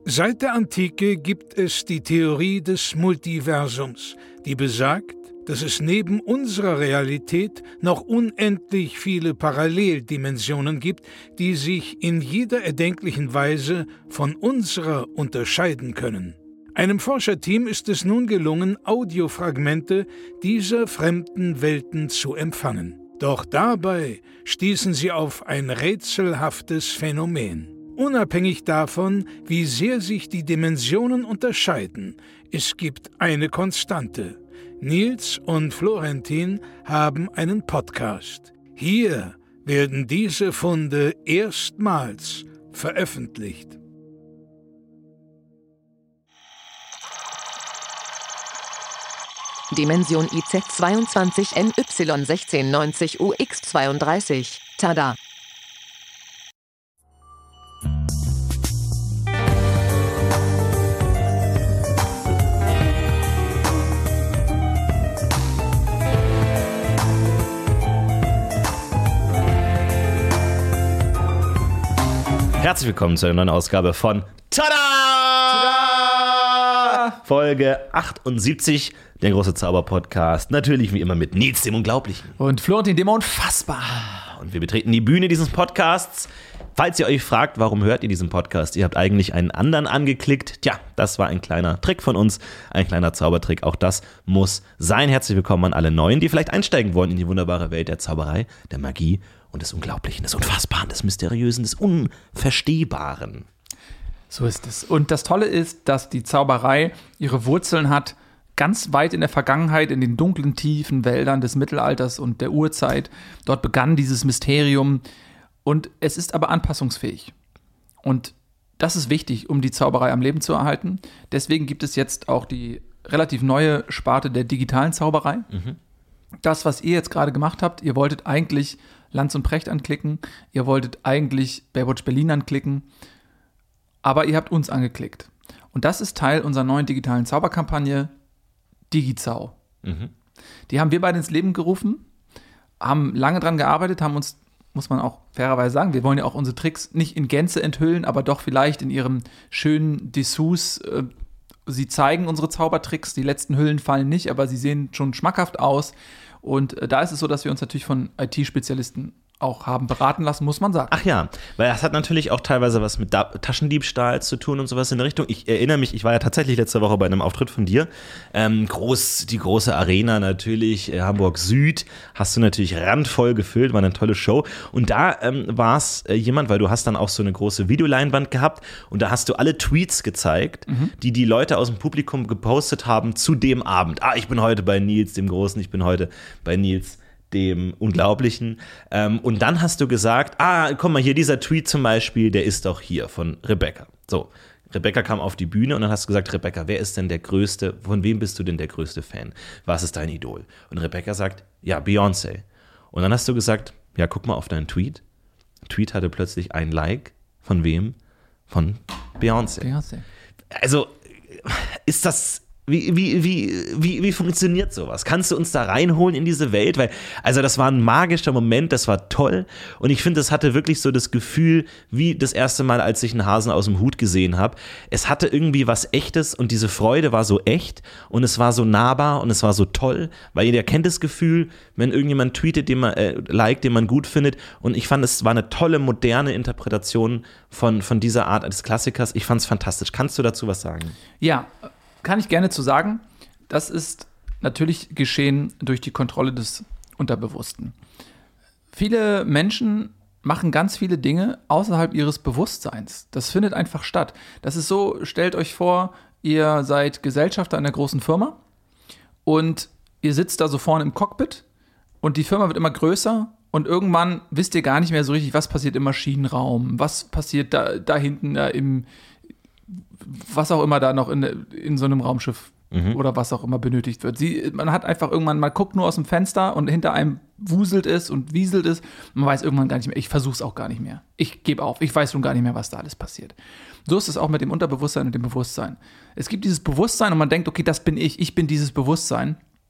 Seit der Antike gibt es die Theorie des Multiversums, die besagt, dass es neben unserer Realität noch unendlich viele Paralleldimensionen gibt, die sich in jeder erdenklichen Weise von unserer unterscheiden können. Einem Forscherteam ist es nun gelungen, Audiofragmente dieser fremden Welten zu empfangen. Doch dabei stießen sie auf ein rätselhaftes Phänomen. Unabhängig davon, wie sehr sich die Dimensionen unterscheiden, es gibt eine Konstante. Nils und Florentin haben einen Podcast. Hier werden diese Funde erstmals veröffentlicht. Dimension IZ22NY1690UX32. Tada! Herzlich willkommen zu einer neuen Ausgabe von Tada! Tada! Folge 78, der große Zauber-Podcast. Natürlich wie immer mit Nils, dem Unglaublichen. Und Florentin, dem Unfassbaren. Und wir betreten die Bühne dieses Podcasts. Falls ihr euch fragt, warum hört ihr diesen Podcast? Ihr habt eigentlich einen anderen angeklickt. Tja, das war ein kleiner Trick von uns, ein kleiner Zaubertrick. Auch das muss sein. Herzlich willkommen an alle Neuen, die vielleicht einsteigen wollen in die wunderbare Welt der Zauberei, der Magie und des Unglaublichen, des Unfassbaren, des Mysteriösen, des Unverstehbaren. So ist es. Und das Tolle ist, dass die Zauberei ihre Wurzeln hat, ganz weit in der Vergangenheit, in den dunklen, tiefen Wäldern des Mittelalters und der Urzeit. Dort begann dieses Mysterium. Und es ist aber anpassungsfähig. Und das ist wichtig, um die Zauberei am Leben zu erhalten. Deswegen gibt es jetzt auch die relativ neue Sparte der digitalen Zauberei. Das, was ihr jetzt gerade gemacht habt, ihr wolltet eigentlich Lanz und Precht anklicken, ihr wolltet eigentlich Baywatch Berlin anklicken, aber ihr habt uns angeklickt. Und das ist Teil unserer neuen digitalen Zauberkampagne DigiZau. Die haben wir beide ins Leben gerufen, haben lange dran gearbeitet, haben uns, muss man auch fairerweise sagen, wir wollen ja auch unsere Tricks nicht in Gänze enthüllen, aber doch vielleicht in ihrem schönen Dessous. Sie zeigen unsere Zaubertricks, die letzten Hüllen fallen nicht, aber sie sehen schon schmackhaft aus. Und da ist es so, dass wir uns natürlich von IT-Spezialisten auch haben beraten lassen, muss man sagen. Ach ja, weil das hat natürlich auch teilweise was mit Taschendiebstahl zu tun und sowas in der Richtung. Ich erinnere mich, ich war ja tatsächlich letzte Woche bei einem Auftritt von dir. Die große Arena natürlich, Hamburg Süd, hast du natürlich randvoll gefüllt, war eine tolle Show. Und da war es jemand, weil du hast dann auch so eine große Videoleinwand gehabt und da hast du alle Tweets gezeigt, die Leute aus dem Publikum gepostet haben zu dem Abend. Ich bin heute bei Nils, dem Großen, ich bin heute bei Nils, dem Unglaublichen. Und dann hast du gesagt, guck mal hier, dieser Tweet zum Beispiel, der ist doch hier von Rebecca. So, Rebecca kam auf die Bühne und dann hast du gesagt, Rebecca, wer ist denn der größte, von wem bist du denn der größte Fan? Was ist dein Idol? Und Rebecca sagt, ja, Beyoncé. Und dann hast du gesagt, ja, guck mal auf deinen Tweet. Der Tweet hatte plötzlich ein Like. Von wem? Von Beyoncé. Also, ist das... Wie funktioniert sowas? Kannst du uns da reinholen in diese Welt? Weil, also das war ein magischer Moment, das war toll und ich finde, es hatte wirklich so das Gefühl, wie das erste Mal, als ich einen Hasen aus dem Hut gesehen habe. Es hatte irgendwie was Echtes und diese Freude war so echt und es war so nahbar und es war so toll, weil jeder kennt das Gefühl, wenn irgendjemand tweetet, den man liked, den man gut findet und ich fand, es war eine tolle, moderne Interpretation von dieser Art des Klassikers. Ich fand es fantastisch. Kannst du dazu was sagen? Ja, kann ich gerne zu sagen. Das ist natürlich geschehen durch die Kontrolle des Unterbewussten. Viele Menschen machen ganz viele Dinge außerhalb ihres Bewusstseins. Das findet einfach statt. Das ist so, stellt euch vor, ihr seid Gesellschafter einer großen Firma und ihr sitzt da so vorne im Cockpit und die Firma wird immer größer und irgendwann wisst ihr gar nicht mehr so richtig, was passiert im Maschinenraum, was passiert da hinten im was auch immer da noch in so einem Raumschiff oder was auch immer benötigt wird. Man hat einfach irgendwann, man guckt nur aus dem Fenster und hinter einem wuselt es und wieselt es. Man weiß irgendwann gar nicht mehr. Ich versuche es auch gar nicht mehr. Ich gebe auf. Ich weiß schon gar nicht mehr, was da alles passiert. So ist es auch mit dem Unterbewusstsein und dem Bewusstsein. Es gibt dieses Bewusstsein und man denkt, okay, das bin ich. Ich bin dieses Bewusstsein.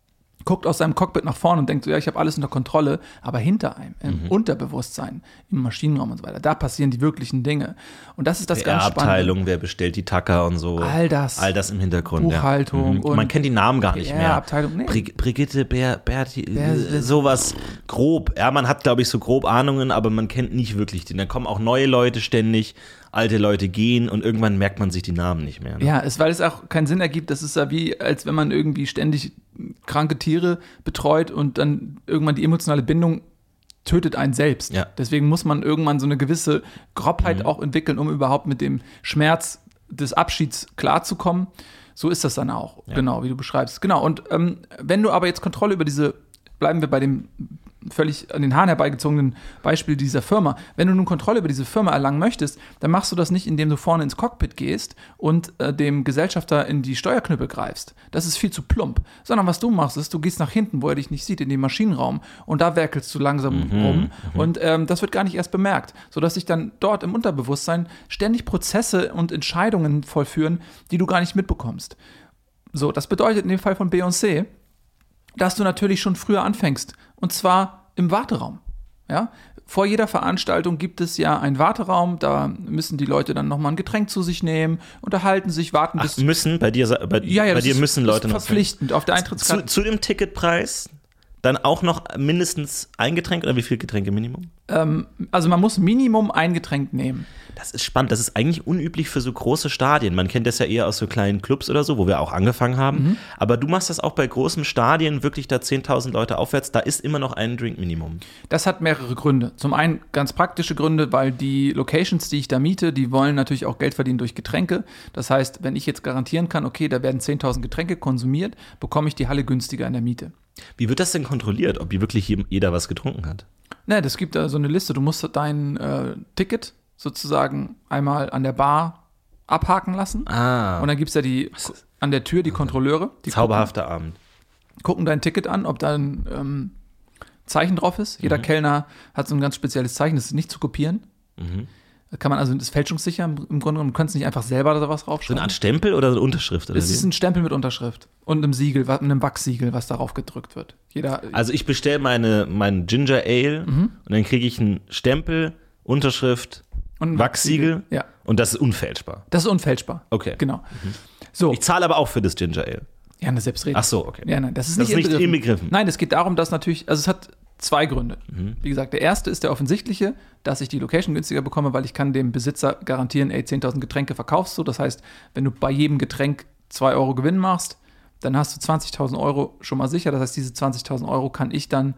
guckt aus seinem Cockpit nach vorne und denkt so, ja, ich habe alles unter Kontrolle, aber hinter einem, im Unterbewusstsein, im Maschinenraum und so weiter, da passieren die wirklichen Dinge. Und das ist das ganz Spannende. Abteilung, wer bestellt die Tacker und so. All das im Hintergrund. Buchhaltung. Und man kennt die Namen gar nicht mehr. Abteilung, nee. Brigitte, Berti, sowas grob. Ja, man hat, glaube ich, so grob Ahnungen, aber man kennt nicht wirklich den. Da kommen auch neue Leute ständig, alte Leute gehen und irgendwann merkt man sich die Namen nicht mehr. Ne? Ja, weil es auch keinen Sinn ergibt. Das ist ja wie, als wenn man irgendwie ständig kranke Tiere betreut und dann irgendwann die emotionale Bindung tötet einen selbst. Ja. Deswegen muss man irgendwann so eine gewisse Grobheit auch entwickeln, um überhaupt mit dem Schmerz des Abschieds klarzukommen. So ist das dann auch, genau, wie du beschreibst. Genau, und wenn du aber jetzt Kontrolle über bleiben wir bei dem völlig an den Haaren herbeigezogenen Beispiel dieser Firma. Wenn du nun Kontrolle über diese Firma erlangen möchtest, dann machst du das nicht, indem du vorne ins Cockpit gehst und dem Gesellschafter in die Steuerknüppel greifst. Das ist viel zu plump. Sondern was du machst, ist, du gehst nach hinten, wo er dich nicht sieht, in den Maschinenraum und da werkelst du langsam rum und das wird gar nicht erst bemerkt, sodass sich dann dort im Unterbewusstsein ständig Prozesse und Entscheidungen vollführen, die du gar nicht mitbekommst. So, das bedeutet in dem Fall von Beyoncé, dass du natürlich schon früher anfängst. Und zwar im Warteraum. Ja? Vor jeder Veranstaltung gibt es ja einen Warteraum, da müssen die Leute dann nochmal ein Getränk zu sich nehmen, unterhalten sich, warten bis... müssen? Bei dir müssen Leute noch... verpflichtend auf der Eintrittskarte. Zu dem Ticketpreis dann auch noch mindestens ein Getränk oder wie viel Getränke Minimum? Also man muss Minimum ein Getränk nehmen. Das ist spannend. Das ist eigentlich unüblich für so große Stadien. Man kennt das ja eher aus so kleinen Clubs oder so, wo wir auch angefangen haben. Aber du machst das auch bei großen Stadien, wirklich da 10.000 Leute aufwärts. Da ist immer noch ein Drink-Minimum. Das hat mehrere Gründe. Zum einen ganz praktische Gründe, weil die Locations, die ich da miete, die wollen natürlich auch Geld verdienen durch Getränke. Das heißt, wenn ich jetzt garantieren kann, okay, da werden 10.000 Getränke konsumiert, bekomme ich die Halle günstiger in der Miete. Wie wird das denn kontrolliert, ob wirklich jeder was getrunken hat? Ne, das gibt da so eine Liste. Du musst dein Ticket sozusagen einmal an der Bar abhaken lassen. Und dann gibt es ja an der Tür die Kontrolleure. Die Zauberhafter Abend. Gucken dein Ticket an, ob da ein Zeichen drauf ist. Jeder Kellner hat so ein ganz spezielles Zeichen, das ist nicht zu kopieren. Das kann man das ist fälschungssicher im Grunde genommen. Du kannst nicht einfach selber da was draufschreiben. So eine Art Stempel oder eine Unterschrift? Oder es ist ein Stempel mit Unterschrift und einem Siegel, einem Wachssiegel, was darauf gedrückt wird. Also ich bestelle mein Ginger Ale und dann kriege ich einen Stempel, Unterschrift, und Wachssiegel. Ja. Und das ist unfälschbar. Das ist unfälschbar. Okay. Genau. So. Ich zahle aber auch für das Ginger Ale. Ja, eine Selbstredend. Ach so, okay. Ja, nein, das ist nicht inbegriffen. Nein, es geht darum, dass natürlich, also es hat zwei Gründe. Wie gesagt, der erste ist der offensichtliche, dass ich die Location günstiger bekomme, weil ich kann dem Besitzer garantieren, 10.000 Getränke verkaufst du. Das heißt, wenn du bei jedem Getränk 2 Euro Gewinn machst, dann hast du 20.000 Euro schon mal sicher. Das heißt, diese 20.000 Euro kann ich dann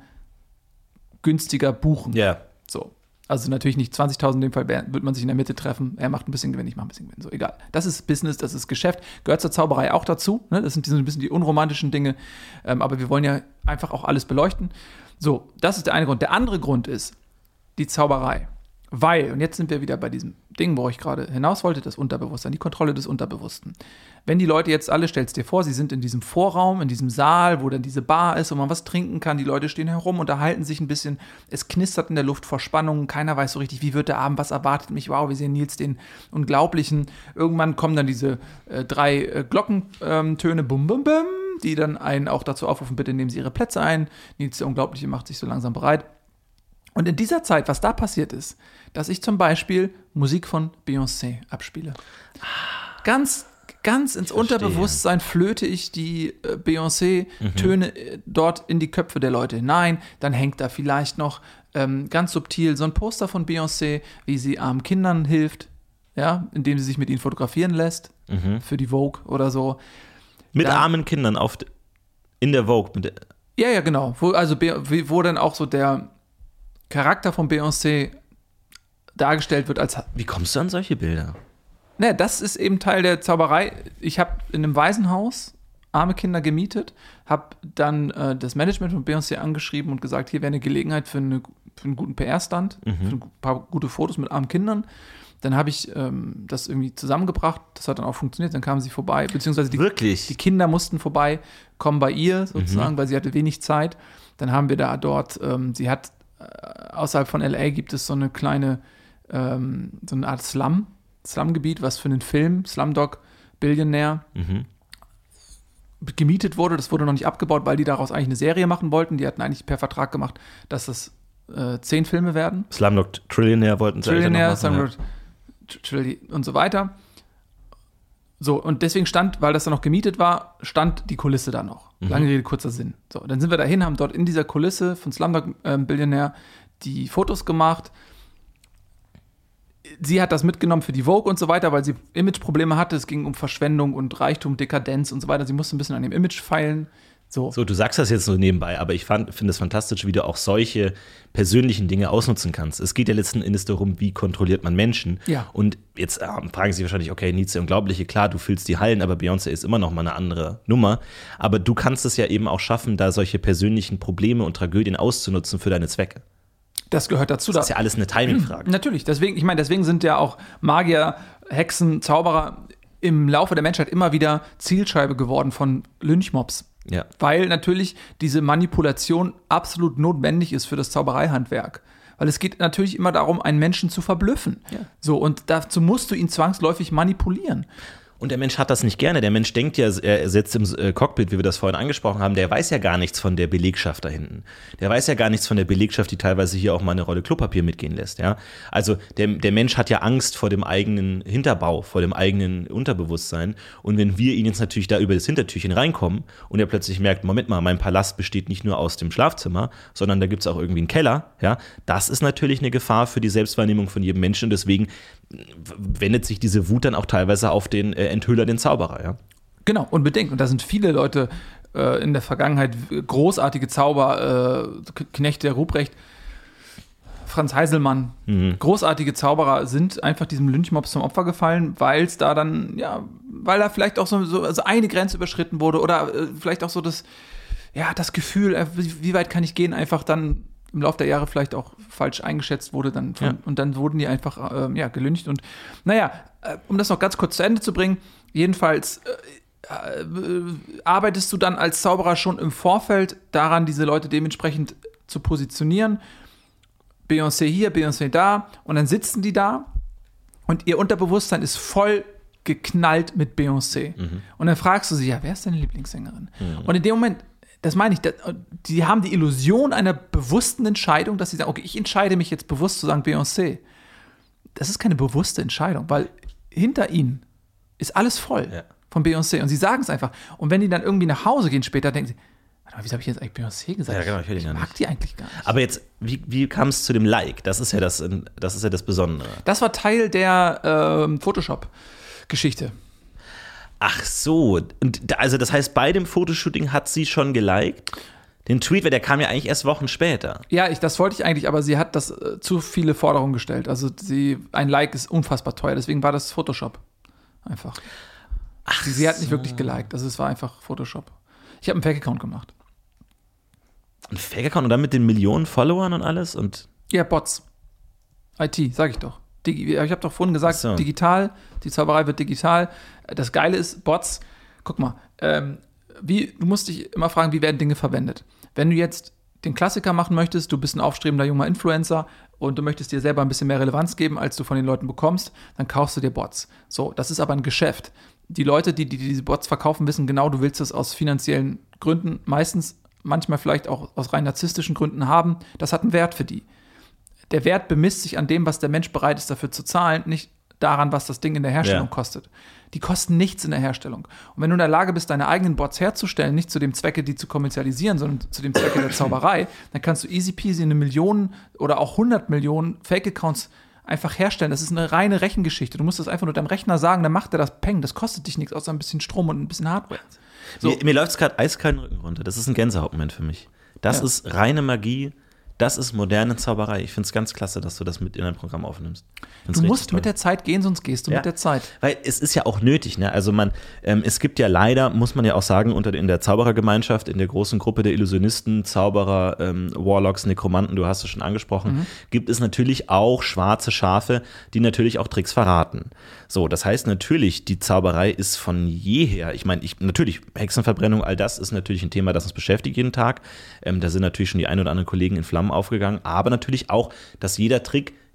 günstiger buchen. Ja. Yeah. So. Also natürlich nicht 20.000, in dem Fall wird man sich in der Mitte treffen. Er macht ein bisschen Gewinn, ich mache ein bisschen Gewinn. So, egal. Das ist Business, das ist Geschäft. Gehört zur Zauberei auch dazu. Ne? Das sind ein bisschen die unromantischen Dinge. Aber wir wollen ja einfach auch alles beleuchten. So, das ist der eine Grund. Der andere Grund ist die Zauberei. Weil, und jetzt sind wir wieder bei diesem Ding, wo ich gerade hinaus wollte, das Unterbewusstsein, die Kontrolle des Unterbewussten. Wenn die Leute jetzt alle, stellst dir vor, sie sind in diesem Vorraum, in diesem Saal, wo dann diese Bar ist, wo man was trinken kann, die Leute stehen herum, unterhalten sich ein bisschen, es knistert in der Luft vor Spannung, keiner weiß so richtig, wie wird der Abend, was erwartet mich, wow, wir sehen Nils den Unglaublichen. Irgendwann kommen dann diese 3 Glockentöne, bum, bum, bum, die dann einen auch dazu aufrufen, bitte nehmen Sie Ihre Plätze ein. Nils der Unglaubliche macht sich so langsam bereit. Und in dieser Zeit, was da passiert ist, dass ich zum Beispiel Musik von Beyoncé abspiele. Ganz ins Unterbewusstsein flöte ich die Beyoncé-Töne dort in die Köpfe der Leute hinein. Dann hängt da vielleicht noch ganz subtil so ein Poster von Beyoncé, wie sie armen Kindern hilft, ja, indem sie sich mit ihnen fotografieren lässt, für die Vogue oder so. Mit armen Kindern in der Vogue. Ja, genau. Wo dann auch so der Charakter von Beyoncé dargestellt wird als... Wie kommst du an solche Bilder? Ne, das ist eben Teil der Zauberei. Ich habe in einem Waisenhaus arme Kinder gemietet, habe dann das Management von Beyoncé angeschrieben und gesagt, hier wäre eine Gelegenheit für einen guten PR-Stand, für ein paar gute Fotos mit armen Kindern. Dann habe ich das irgendwie zusammengebracht, das hat dann auch funktioniert, dann kamen sie vorbei, beziehungsweise die Kinder mussten vorbeikommen bei ihr sozusagen, weil sie hatte wenig Zeit. Dann haben wir dort, sie hat außerhalb von L.A. gibt es so eine kleine, so eine Art Slum-Gebiet, was für einen Film, Slumdog Billionaire, gemietet wurde. Das wurde noch nicht abgebaut, weil die daraus eigentlich eine Serie machen wollten. Die hatten eigentlich per Vertrag gemacht, dass das 10 Filme werden. Slumdog Trillionaire wollten sie Trillionaire, eigentlich noch machen, Slumdog und so weiter. So, und deswegen weil das dann noch gemietet war, stand die Kulisse da noch. Lange Rede, kurzer Sinn. So, dann sind wir dahin, haben dort in dieser Kulisse von Slumdog Billionaire die Fotos gemacht. Sie hat das mitgenommen für die Vogue und so weiter, weil sie Imageprobleme hatte. Es ging um Verschwendung und Reichtum, Dekadenz und so weiter. Sie musste ein bisschen an dem Image feilen. So, du sagst das jetzt so nebenbei, aber ich finde es fantastisch, wie du auch solche persönlichen Dinge ausnutzen kannst. Es geht ja letzten Endes darum, wie kontrolliert man Menschen. Ja. Und jetzt fragen sie wahrscheinlich, okay, Nietzsche, Unglaubliche, klar, du füllst die Hallen, aber Beyoncé ist immer noch mal eine andere Nummer. Aber du kannst es ja eben auch schaffen, da solche persönlichen Probleme und Tragödien auszunutzen für deine Zwecke. Das gehört dazu. Das ist ja alles eine Timing-Frage. Natürlich, deswegen sind ja auch Magier, Hexen, Zauberer im Laufe der Menschheit immer wieder Zielscheibe geworden von Lynchmobs. Ja. Weil natürlich diese Manipulation absolut notwendig ist für das Zaubereihandwerk. Weil es geht natürlich immer darum, einen Menschen zu verblüffen. Ja. So, und dazu musst du ihn zwangsläufig manipulieren. Und der Mensch hat das nicht gerne. Der Mensch denkt ja, er sitzt im Cockpit, wie wir das vorhin angesprochen haben, der weiß ja gar nichts von der Belegschaft da hinten. Der weiß ja gar nichts von der Belegschaft, die teilweise hier auch mal eine Rolle Klopapier mitgehen lässt. Ja? Also der Mensch hat ja Angst vor dem eigenen Hinterbau, vor dem eigenen Unterbewusstsein. Und wenn wir ihn jetzt natürlich da über das Hintertürchen reinkommen und er plötzlich merkt, Moment mal, mein Palast besteht nicht nur aus dem Schlafzimmer, sondern da gibt es auch irgendwie einen Keller. Ja? Das ist natürlich eine Gefahr für die Selbstwahrnehmung von jedem Menschen. Und deswegen wendet sich diese Wut dann auch teilweise auf den Enthüller, den Zauberer, ja. Genau, unbedingt. Und da sind viele Leute in der Vergangenheit, großartige Zauber, Knecht der Ruprecht, Franz Heiselmann, großartige Zauberer sind einfach diesem Lynchmob zum Opfer gefallen, weil es da dann, ja, weil da vielleicht auch so eine Grenze überschritten wurde oder vielleicht auch so das Gefühl, wie weit kann ich gehen, einfach dann im Laufe der Jahre vielleicht auch falsch eingeschätzt wurde und dann wurden die einfach gelyncht. Und naja, um das noch ganz kurz zu Ende zu bringen, jedenfalls arbeitest du dann als Zauberer schon im Vorfeld daran, diese Leute dementsprechend zu positionieren. Beyoncé hier, Beyoncé da und dann sitzen die da und ihr Unterbewusstsein ist voll geknallt mit Beyoncé. Und dann fragst du sie, ja, wer ist deine Lieblingssängerin? Und in dem Moment, das meine ich, die haben die Illusion einer bewussten Entscheidung, dass sie sagen, okay, ich entscheide mich jetzt bewusst zu sagen Beyoncé. Das ist keine bewusste Entscheidung, weil hinter ihnen ist alles voll von Beyoncé und sie sagen es einfach. Und wenn die dann irgendwie nach Hause gehen später, denken sie, wieso habe ich jetzt eigentlich Beyoncé gesagt? Ja, genau, ich mag die eigentlich gar nicht. Aber jetzt, wie kam es zu dem Like? Das ist ja das Besondere. Das war Teil der Photoshop-Geschichte. Ach so, und also das heißt, bei dem Fotoshooting hat sie schon geliked? Den Tweet, der kam ja eigentlich erst Wochen später. Ja, das wollte ich eigentlich, aber sie hat das zu viele Forderungen gestellt. Also ein Like ist unfassbar teuer, deswegen war das Photoshop. Einfach. Ach sie hat nicht wirklich geliked, also es war einfach Photoshop. Ich habe einen Fake-Account gemacht. Ein Fake-Account und dann mit den Millionen Followern und alles? Ja, Bots. IT, sag ich doch. Ich habe doch vorhin gesagt, digital, die Zauberei wird digital. Das Geile ist, Bots, guck mal, du musst dich immer fragen, wie werden Dinge verwendet. Wenn du jetzt den Klassiker machen möchtest, du bist ein aufstrebender junger Influencer und du möchtest dir selber ein bisschen mehr Relevanz geben, als du von den Leuten bekommst, dann kaufst du dir Bots. So, das ist aber ein Geschäft. Die Leute, die diese Bots verkaufen, wissen genau, du willst es aus finanziellen Gründen, manchmal vielleicht auch aus rein narzisstischen Gründen haben. Das hat einen Wert für die. Der Wert bemisst sich an dem, was der Mensch bereit ist, dafür zu zahlen, nicht daran, was das Ding in der Herstellung kostet. Die kosten nichts in der Herstellung. Und wenn du in der Lage bist, deine eigenen Bots herzustellen, nicht zu dem Zwecke, die zu kommerzialisieren, sondern zu dem Zwecke der Zauberei, dann kannst du easy peasy 1 Million oder auch 100 Millionen Fake-Accounts einfach herstellen. Das ist eine reine Rechengeschichte. Du musst das einfach nur deinem Rechner sagen, dann macht er das Peng. Das kostet dich nichts, außer ein bisschen Strom und ein bisschen Hardware. So. Mir läuft es gerade eiskalt den Rücken runter. Das ist ein Gänsehautmoment für mich. Das ist reine Magie. Das ist moderne Zauberei. Ich finde es ganz klasse, dass du das mit in dein Programm aufnimmst. Du musst mit der Zeit gehen, sonst gehst du mit der Zeit. Weil es ist ja auch nötig, ne? Also es gibt ja leider, muss man ja auch sagen, in der Zauberergemeinschaft, in der großen Gruppe der Illusionisten, Zauberer, Warlocks, Nekromanten, du hast es schon angesprochen, gibt es natürlich auch schwarze Schafe, die natürlich auch Tricks verraten. So, das heißt natürlich, die Zauberei ist von jeher, ich meine, natürlich, Hexenverbrennung, all das ist natürlich ein Thema, das uns beschäftigt jeden Tag. Da sind natürlich schon die ein oder anderen Kollegen in Flammen aufgegangen, aber natürlich auch, dass jeder Trick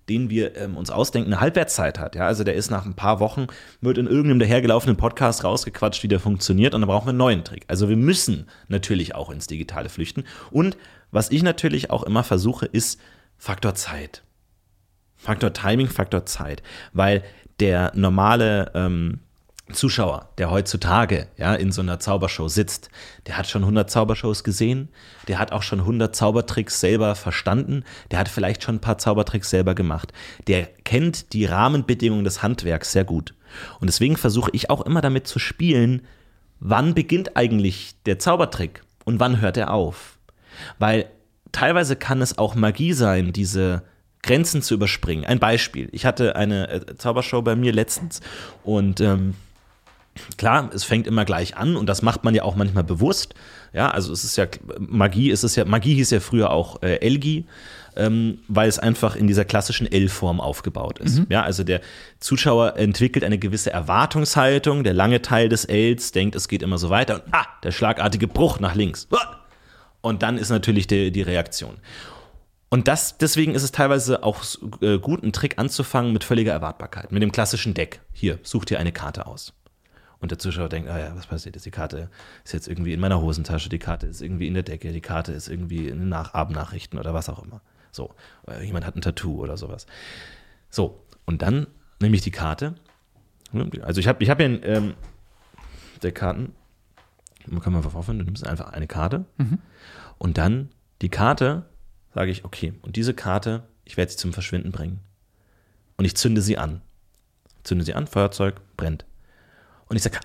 den wir uns ausdenken, eine Halbwertszeit hat. Ja? Also der ist nach ein paar Wochen, wird in irgendeinem dahergelaufenen Podcast rausgequatscht, wie der funktioniert und dann brauchen wir einen neuen Trick. Also wir müssen natürlich auch ins Digitale flüchten. Und was ich natürlich auch immer versuche, ist Faktor Zeit. Faktor Timing, Faktor Zeit. Weil der normale Zuschauer, der heutzutage in so einer Zaubershow sitzt, der hat schon 100 Zaubershows gesehen, der hat auch schon 100 Zaubertricks selber verstanden, der hat vielleicht schon ein paar Zaubertricks selber gemacht. Der kennt die Rahmenbedingungen des Handwerks sehr gut. Und deswegen versuche ich auch immer damit zu spielen, wann beginnt eigentlich der Zaubertrick und wann hört er auf. Weil teilweise kann es auch Magie sein, diese Grenzen zu überspringen. Ein Beispiel. Ich hatte eine Zaubershow bei mir letztens und klar, es fängt immer gleich an und das macht man ja auch manchmal bewusst. Ja, also es ist ja Magie hieß ja früher auch Elgi, weil es einfach in dieser klassischen L-Form aufgebaut ist. Ja, also der Zuschauer entwickelt eine gewisse Erwartungshaltung, der lange Teil des Ls denkt, es geht immer so weiter und der schlagartige Bruch nach links. Und dann ist natürlich die Reaktion. Und deswegen ist es teilweise auch gut, einen Trick anzufangen mit völliger Erwartbarkeit, mit dem klassischen Deck. Hier, such dir eine Karte aus. Und der Zuschauer denkt, was passiert jetzt? Die Karte ist jetzt irgendwie in meiner Hosentasche, die Karte ist irgendwie in der Decke, die Karte ist irgendwie in Abendnachrichten oder was auch immer. So, jemand hat ein Tattoo oder sowas. So, und dann nehme ich die Karte. Also ich hab hier ein Deckkarten. Man kann mal aufhören, du nimmst einfach eine Karte und dann die Karte, sage ich, okay, und diese Karte, ich werde sie zum Verschwinden bringen. Und ich zünde sie an. Feuerzeug, brennt. Und ich sage,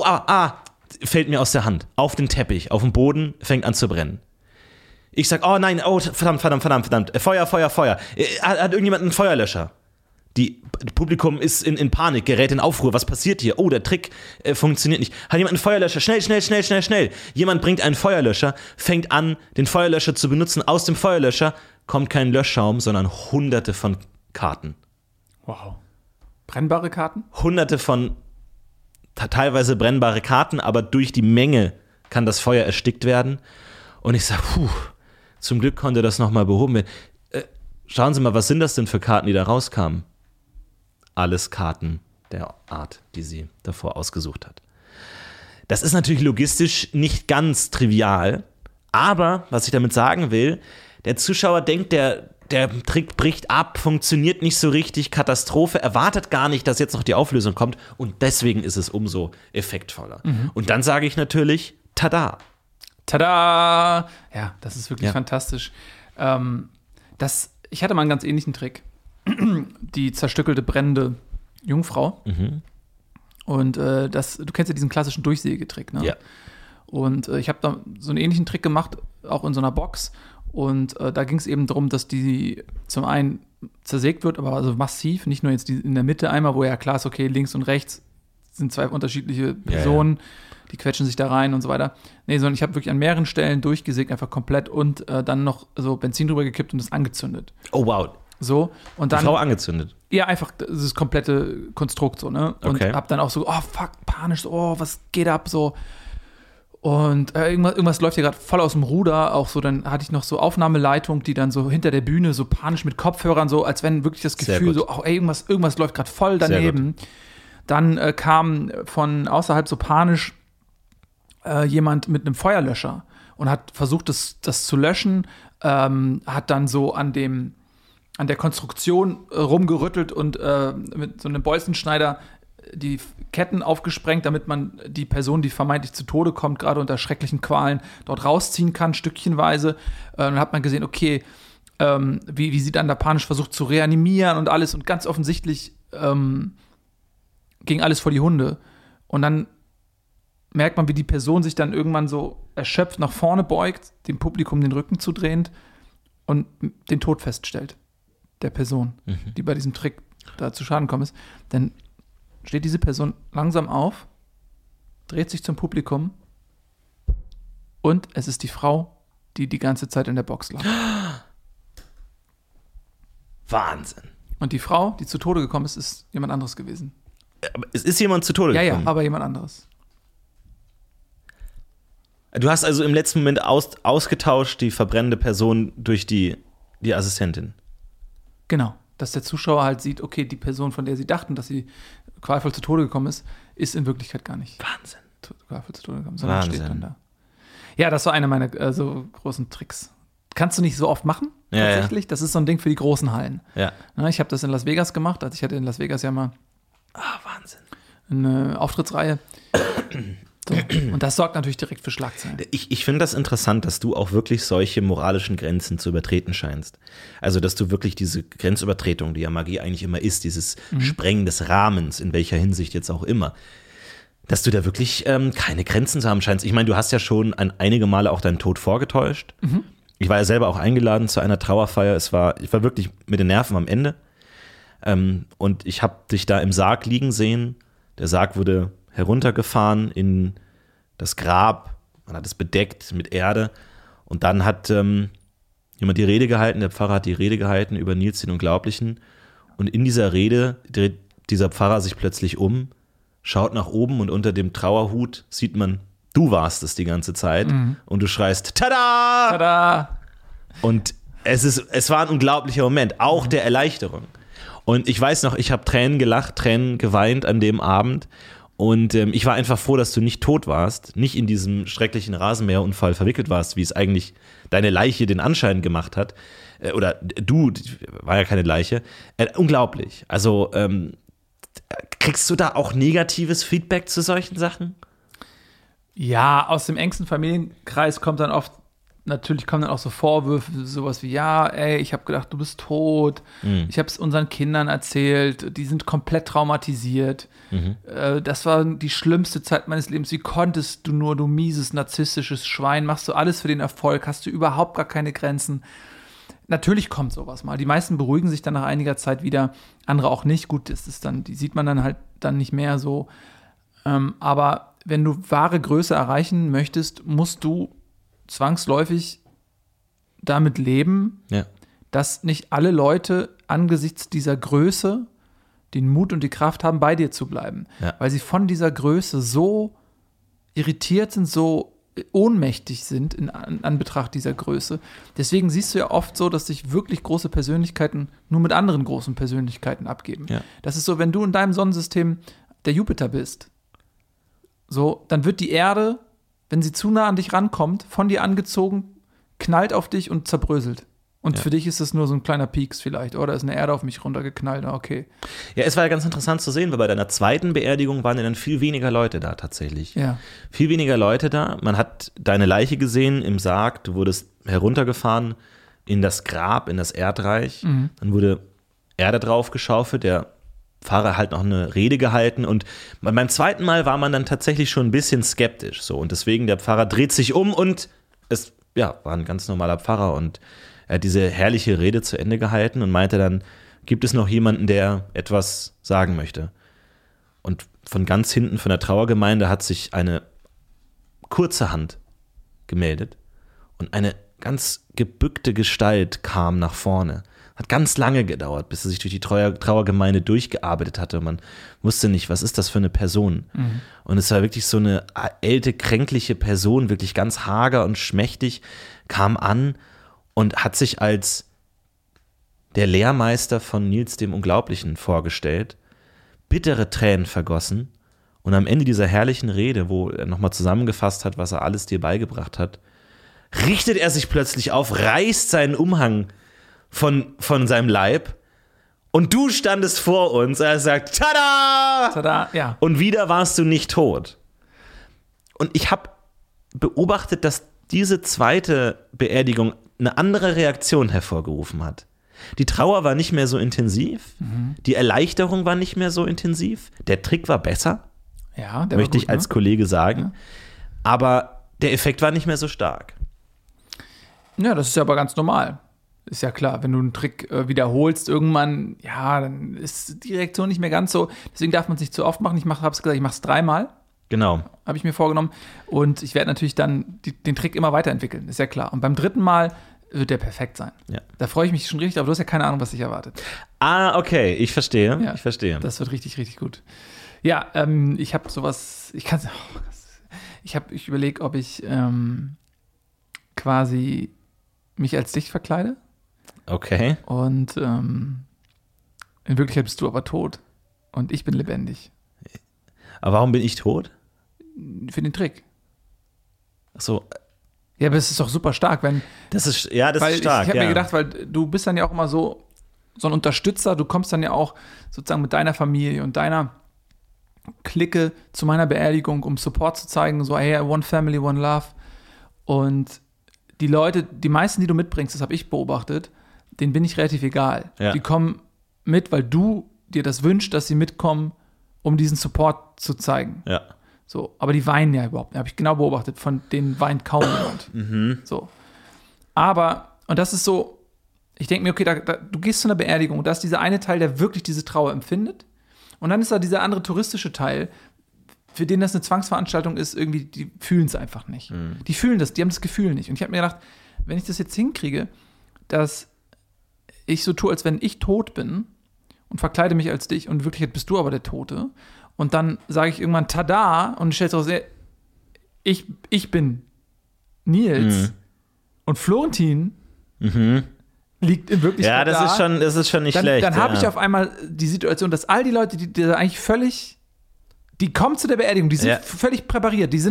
fällt mir aus der Hand. Auf den Teppich, auf den Boden, fängt an zu brennen. Ich sage, oh nein, verdammt. Feuer. Hat irgendjemand einen Feuerlöscher? Das Publikum ist in Panik, gerät in Aufruhr. Was passiert hier? Oh, der Trick funktioniert nicht. Hat jemand einen Feuerlöscher? Schnell. Jemand bringt einen Feuerlöscher, fängt an, den Feuerlöscher zu benutzen. Aus dem Feuerlöscher kommt kein Löschschaum, sondern hunderte von Karten. Wow. Brennbare Karten? Hunderte von teilweise brennbare Karten, aber durch die Menge kann das Feuer erstickt werden. Und ich sage, zum Glück konnte das nochmal behoben werden. Schauen Sie mal, was sind das denn für Karten, die da rauskamen? Alles Karten der Art, die sie davor ausgesucht hat. Das ist natürlich logistisch nicht ganz trivial, aber was ich damit sagen will, der Zuschauer denkt, der Trick bricht ab, funktioniert nicht so richtig, Katastrophe, erwartet gar nicht, dass jetzt noch die Auflösung kommt und deswegen ist es umso effektvoller. Und dann sage ich natürlich, tada! Tada! Ja, das ist wirklich fantastisch. Ich hatte mal einen ganz ähnlichen Trick. Die zerstückelte, brennende Jungfrau. Und du kennst ja diesen klassischen Durchsägetrick, ne? Ja. Und ich habe da so einen ähnlichen Trick gemacht, auch in so einer Box. Und da ging es eben darum, dass die zum einen zersägt wird, aber also massiv, nicht nur jetzt in der Mitte einmal, wo ja klar ist, okay, links und rechts sind zwei unterschiedliche Personen, die quetschen sich da rein und so weiter. Nee, sondern ich habe wirklich an mehreren Stellen durchgesägt, einfach komplett und dann noch so Benzin drüber gekippt und es angezündet. Oh, wow. So, und dann. Die Frau angezündet? Ja, einfach das komplette Konstrukt so, ne? Und hab dann auch so, oh fuck, panisch, so, oh, was geht ab, so. Und irgendwas läuft hier gerade voll aus dem Ruder, auch so, dann hatte ich noch so Aufnahmeleitung, die dann so hinter der Bühne so panisch mit Kopfhörern, so als wenn wirklich das Gefühl so, oh ey, irgendwas läuft gerade voll daneben. Dann kam von außerhalb so panisch jemand mit einem Feuerlöscher und hat versucht, das zu löschen, hat dann so an der Konstruktion rumgerüttelt und mit so einem Bolzenschneider die Ketten aufgesprengt, damit man die Person, die vermeintlich zu Tode kommt, gerade unter schrecklichen Qualen, dort rausziehen kann, stückchenweise. Dann hat man gesehen, okay, wie sie dann da panisch versucht zu reanimieren und alles. Und ganz offensichtlich ging alles vor die Hunde. Und dann merkt man, wie die Person sich dann irgendwann so erschöpft nach vorne beugt, dem Publikum den Rücken zudrehend und den Tod feststellt. Der Person, die bei diesem Trick da zu Schaden gekommen ist. Dann steht diese Person langsam auf, dreht sich zum Publikum und es ist die Frau, die die ganze Zeit in der Box lag. Wahnsinn. Und die Frau, die zu Tode gekommen ist, ist jemand anderes gewesen. Aber es ist jemand zu Tode gekommen? Ja, aber jemand anderes. Du hast also im letzten Moment ausgetauscht die verbrennende Person durch die Assistentin. Genau. Dass der Zuschauer halt sieht, okay, die Person, von der sie dachten, dass sie qualvoll zu Tode gekommen ist in Wirklichkeit gar nicht Wahnsinn. qualvoll zu Tode gekommen, sondern Wahnsinn. steht dann da. Ja, das war einer meiner so großen Tricks. Kannst du nicht so oft machen, tatsächlich. Ja. Das ist so ein Ding für die großen Hallen. Ja. Ich habe das in Las Vegas gemacht. Also ich hatte in Las Vegas ja mal Wahnsinn. eine Auftrittsreihe. So. Und das sorgt natürlich direkt für Schlagzeilen. Ich finde das interessant, dass du auch wirklich solche moralischen Grenzen zu übertreten scheinst. Also, dass du wirklich diese Grenzübertretung, die ja Magie eigentlich immer ist, dieses Sprengen des Rahmens, in welcher Hinsicht jetzt auch immer, dass du da wirklich keine Grenzen zu haben scheinst. Ich meine, du hast ja schon einige Male auch deinen Tod vorgetäuscht. Ich war ja selber auch eingeladen zu einer Trauerfeier. Ich war wirklich mit den Nerven am Ende. Und ich habe dich da im Sarg liegen sehen. Der Sarg wurde heruntergefahren in das Grab. Man hat es bedeckt mit Erde. Und dann hat jemand die Rede gehalten. Der Pfarrer hat die Rede gehalten über Nils den Unglaublichen. Und in dieser Rede dreht dieser Pfarrer sich plötzlich um, schaut nach oben und unter dem Trauerhut sieht man, du warst es die ganze Zeit und du schreist, Tada! Tada! Und es war ein unglaublicher Moment, auch der Erleichterung. Und ich weiß noch, ich habe Tränen gelacht, Tränen geweint an dem Abend und ich war einfach froh, dass du nicht tot warst, nicht in diesem schrecklichen Rasenmäherunfall verwickelt warst, wie es eigentlich deine Leiche den Anschein gemacht hat. Oder du, war ja keine Leiche. Unglaublich. Also kriegst du da auch negatives Feedback zu solchen Sachen? Ja, aus dem engsten Familienkreis kommen dann auch so Vorwürfe, sowas wie, ja, ey, ich habe gedacht, du bist tot. Ich habe es unseren Kindern erzählt, die sind komplett traumatisiert. Das war die schlimmste Zeit meines Lebens. Wie konntest du nur, du mieses, narzisstisches Schwein, machst du alles für den Erfolg, hast du überhaupt gar keine Grenzen. Natürlich kommt sowas mal. Die meisten beruhigen sich dann nach einiger Zeit wieder, andere auch nicht. Gut, das ist dann, die sieht man dann halt dann nicht mehr so. Aber wenn du wahre Größe erreichen möchtest, musst du zwangsläufig damit leben, dass nicht alle Leute angesichts dieser Größe den Mut und die Kraft haben, bei dir zu bleiben. Weil sie von dieser Größe so irritiert sind, so ohnmächtig sind in Anbetracht dieser Größe. Deswegen siehst du ja oft so, dass sich wirklich große Persönlichkeiten nur mit anderen großen Persönlichkeiten abgeben. Das ist so, wenn du in deinem Sonnensystem der Jupiter bist, so, dann wird die Erde, wenn sie zu nah an dich rankommt, von dir angezogen, knallt auf dich und zerbröselt. Und für dich ist es nur so ein kleiner Pieks vielleicht. Oder ist eine Erde auf mich runtergeknallt, okay. Ja, es war ja ganz interessant zu sehen, weil bei deiner zweiten Beerdigung waren ja dann viel weniger Leute da tatsächlich. Ja. Viel weniger Leute da. Man hat deine Leiche gesehen im Sarg, du wurdest heruntergefahren in das Grab, in das Erdreich. Dann wurde Erde draufgeschaufelt, der Pfarrer halt noch eine Rede gehalten und beim zweiten Mal war man dann tatsächlich schon ein bisschen skeptisch so und deswegen der Pfarrer dreht sich um und es war ein ganz normaler Pfarrer und er hat diese herrliche Rede zu Ende gehalten und meinte dann, gibt es noch jemanden, der etwas sagen möchte? Und von ganz hinten von der Trauergemeinde hat sich eine kurze Hand gemeldet und eine ganz gebückte Gestalt kam nach vorne. Hat ganz lange gedauert, bis er sich durch die Trauergemeinde durchgearbeitet hatte. Man wusste nicht, was ist das für eine Person. Und es war wirklich so eine alte, kränkliche Person, wirklich ganz hager und schmächtig, kam an und hat sich als der Lehrmeister von Nils dem Unglaublichen vorgestellt, bittere Tränen vergossen und am Ende dieser herrlichen Rede, wo er nochmal zusammengefasst hat, was er alles dir beigebracht hat, richtet er sich plötzlich auf, reißt seinen Umhang von seinem Leib und du standest vor uns. Er sagt, tada! Tada, ja. Und wieder warst du nicht tot. Und ich habe beobachtet, dass diese zweite Beerdigung eine andere Reaktion hervorgerufen hat. Die Trauer war nicht mehr so intensiv, die Erleichterung war nicht mehr so intensiv, der Trick war besser, ja, der möchte war gut, ich als Kollege sagen, aber der Effekt war nicht mehr so stark. Ja, das ist ja aber ganz normal. Ist ja klar, wenn du einen Trick wiederholst, irgendwann, ja, dann ist die Reaktion nicht mehr ganz so. Deswegen darf man es nicht zu oft machen. Ich mache es 3-mal. Genau. Habe ich mir vorgenommen. Und ich werde natürlich dann den Trick immer weiterentwickeln, ist ja klar. Und beim 3. Mal wird der perfekt sein. Ja. Da freue ich mich schon richtig, aber du hast ja keine Ahnung, was dich erwartet. Ah, okay, ich verstehe. Ja, ich verstehe. Das wird richtig, richtig gut. Ja, ich habe sowas, ich überlege, ob ich quasi mich als dich verkleide. Okay. Und In Wirklichkeit bist du aber tot. Und ich bin lebendig. Aber warum bin ich tot? Für den Trick. Ach so. Ja, aber es ist doch super stark, wenn. Das ist stark. Ich habe mir gedacht, weil du bist dann ja auch immer so ein Unterstützer, du kommst dann ja auch sozusagen mit deiner Familie und deiner Clique zu meiner Beerdigung, um Support zu zeigen, so, hey, one family, one love. Und die Leute, die meisten, die du mitbringst, das habe ich beobachtet, denen bin ich relativ egal. Ja. Die kommen mit, weil du dir das wünschst, dass sie mitkommen, um diesen Support zu zeigen. Ja. So, aber die weinen ja überhaupt nicht. Habe ich genau beobachtet. Von denen weint kaum jemand. So. Aber, und das ist so, ich denke mir, okay, du gehst zu einer Beerdigung, da ist dieser eine Teil, der wirklich diese Trauer empfindet. Und dann ist da dieser andere touristische Teil, für den das eine Zwangsveranstaltung ist, irgendwie, die fühlen es einfach nicht. Die fühlen das, die haben das Gefühl nicht. Und ich habe mir gedacht, wenn ich das jetzt hinkriege, dass ich so tue, als wenn ich tot bin und verkleide mich als dich und in Wirklichkeit bist du aber der Tote. Und dann sage ich irgendwann, tada, und stellst raus, ich bin Nils und Florentin liegt in Wirklichkeit das ist schon nicht schlecht. Dann habe ich auf einmal die Situation, dass all die Leute, die eigentlich völlig, die kommen zu der Beerdigung, die sind völlig präpariert, die sind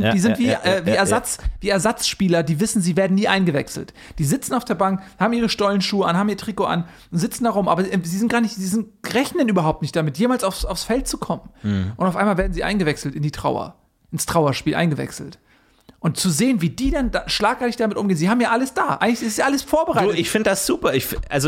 wie Ersatzspieler, die wissen, sie werden nie eingewechselt. Die sitzen auf der Bank, haben ihre Stollenschuhe an, haben ihr Trikot an und sitzen da rum, aber sie rechnen überhaupt nicht damit, jemals aufs Feld zu kommen. Und auf einmal werden sie eingewechselt in die Trauer, ins Trauerspiel eingewechselt. Und zu sehen, wie die dann schlagartig damit umgehen, sie haben ja alles da, eigentlich ist ja alles vorbereitet. Du, ich finde das super, ich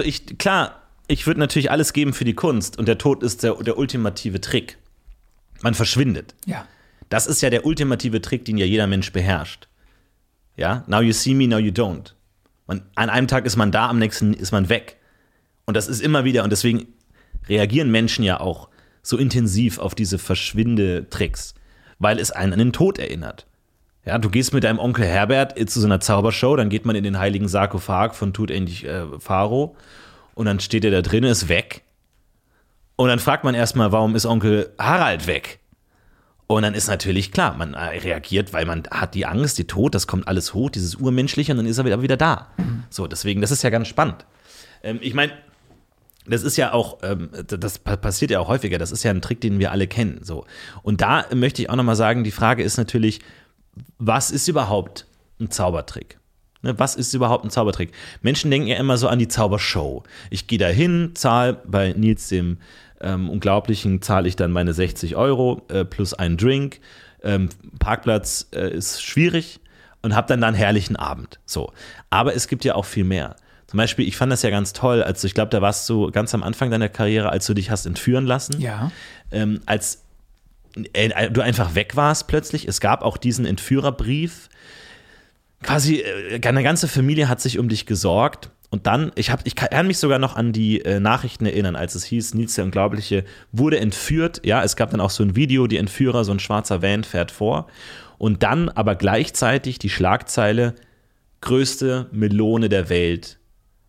würde natürlich alles geben für die Kunst und der Tod ist der ultimative Trick. Man verschwindet. Ja. Das ist ja der ultimative Trick, den ja jeder Mensch beherrscht. Ja, now you see me, now you don't. An einem Tag ist man da, am nächsten ist man weg. Und das ist immer wieder, und deswegen reagieren Menschen ja auch so intensiv auf diese Verschwindetricks, weil es einen an den Tod erinnert. Ja, du gehst mit deinem Onkel Herbert zu so einer Zaubershow, dann geht man in den heiligen Sarkophag von Tutankamon Pharao und dann steht er da drin, ist weg. Und dann fragt man erstmal, warum ist Onkel Harald weg? Und dann ist natürlich klar, man reagiert, weil man hat die Angst, die Tod, das kommt alles hoch, dieses Urmenschliche, und dann ist er wieder da. So, deswegen, das ist ja ganz spannend. Ich meine, das ist ja auch, das passiert ja auch häufiger, das ist ja ein Trick, den wir alle kennen. So. Und da möchte ich auch nochmal sagen, die Frage ist natürlich, was ist überhaupt ein Zaubertrick? Was ist überhaupt ein Zaubertrick? Menschen denken ja immer so an die Zaubershow. Ich gehe da hin, zahle bei Nils dem Unglaublichen, zahle ich dann meine 60 € plus einen Drink. Parkplatz ist schwierig und habe dann da einen herrlichen Abend. So. Aber es gibt ja auch viel mehr. Zum Beispiel, ich fand das ja ganz toll, ich glaube, da warst du ganz am Anfang deiner Karriere, als du dich hast entführen lassen. Ja. Als du einfach weg warst plötzlich. Es gab auch diesen Entführerbrief. Quasi eine ganze Familie hat sich um dich gesorgt. Und dann, ich kann mich sogar noch an die Nachrichten erinnern, als es hieß, Nils der Unglaubliche wurde entführt. Ja, es gab dann auch so ein Video, die Entführer, so ein schwarzer Van fährt vor. Und dann aber gleichzeitig die Schlagzeile, größte Melone der Welt.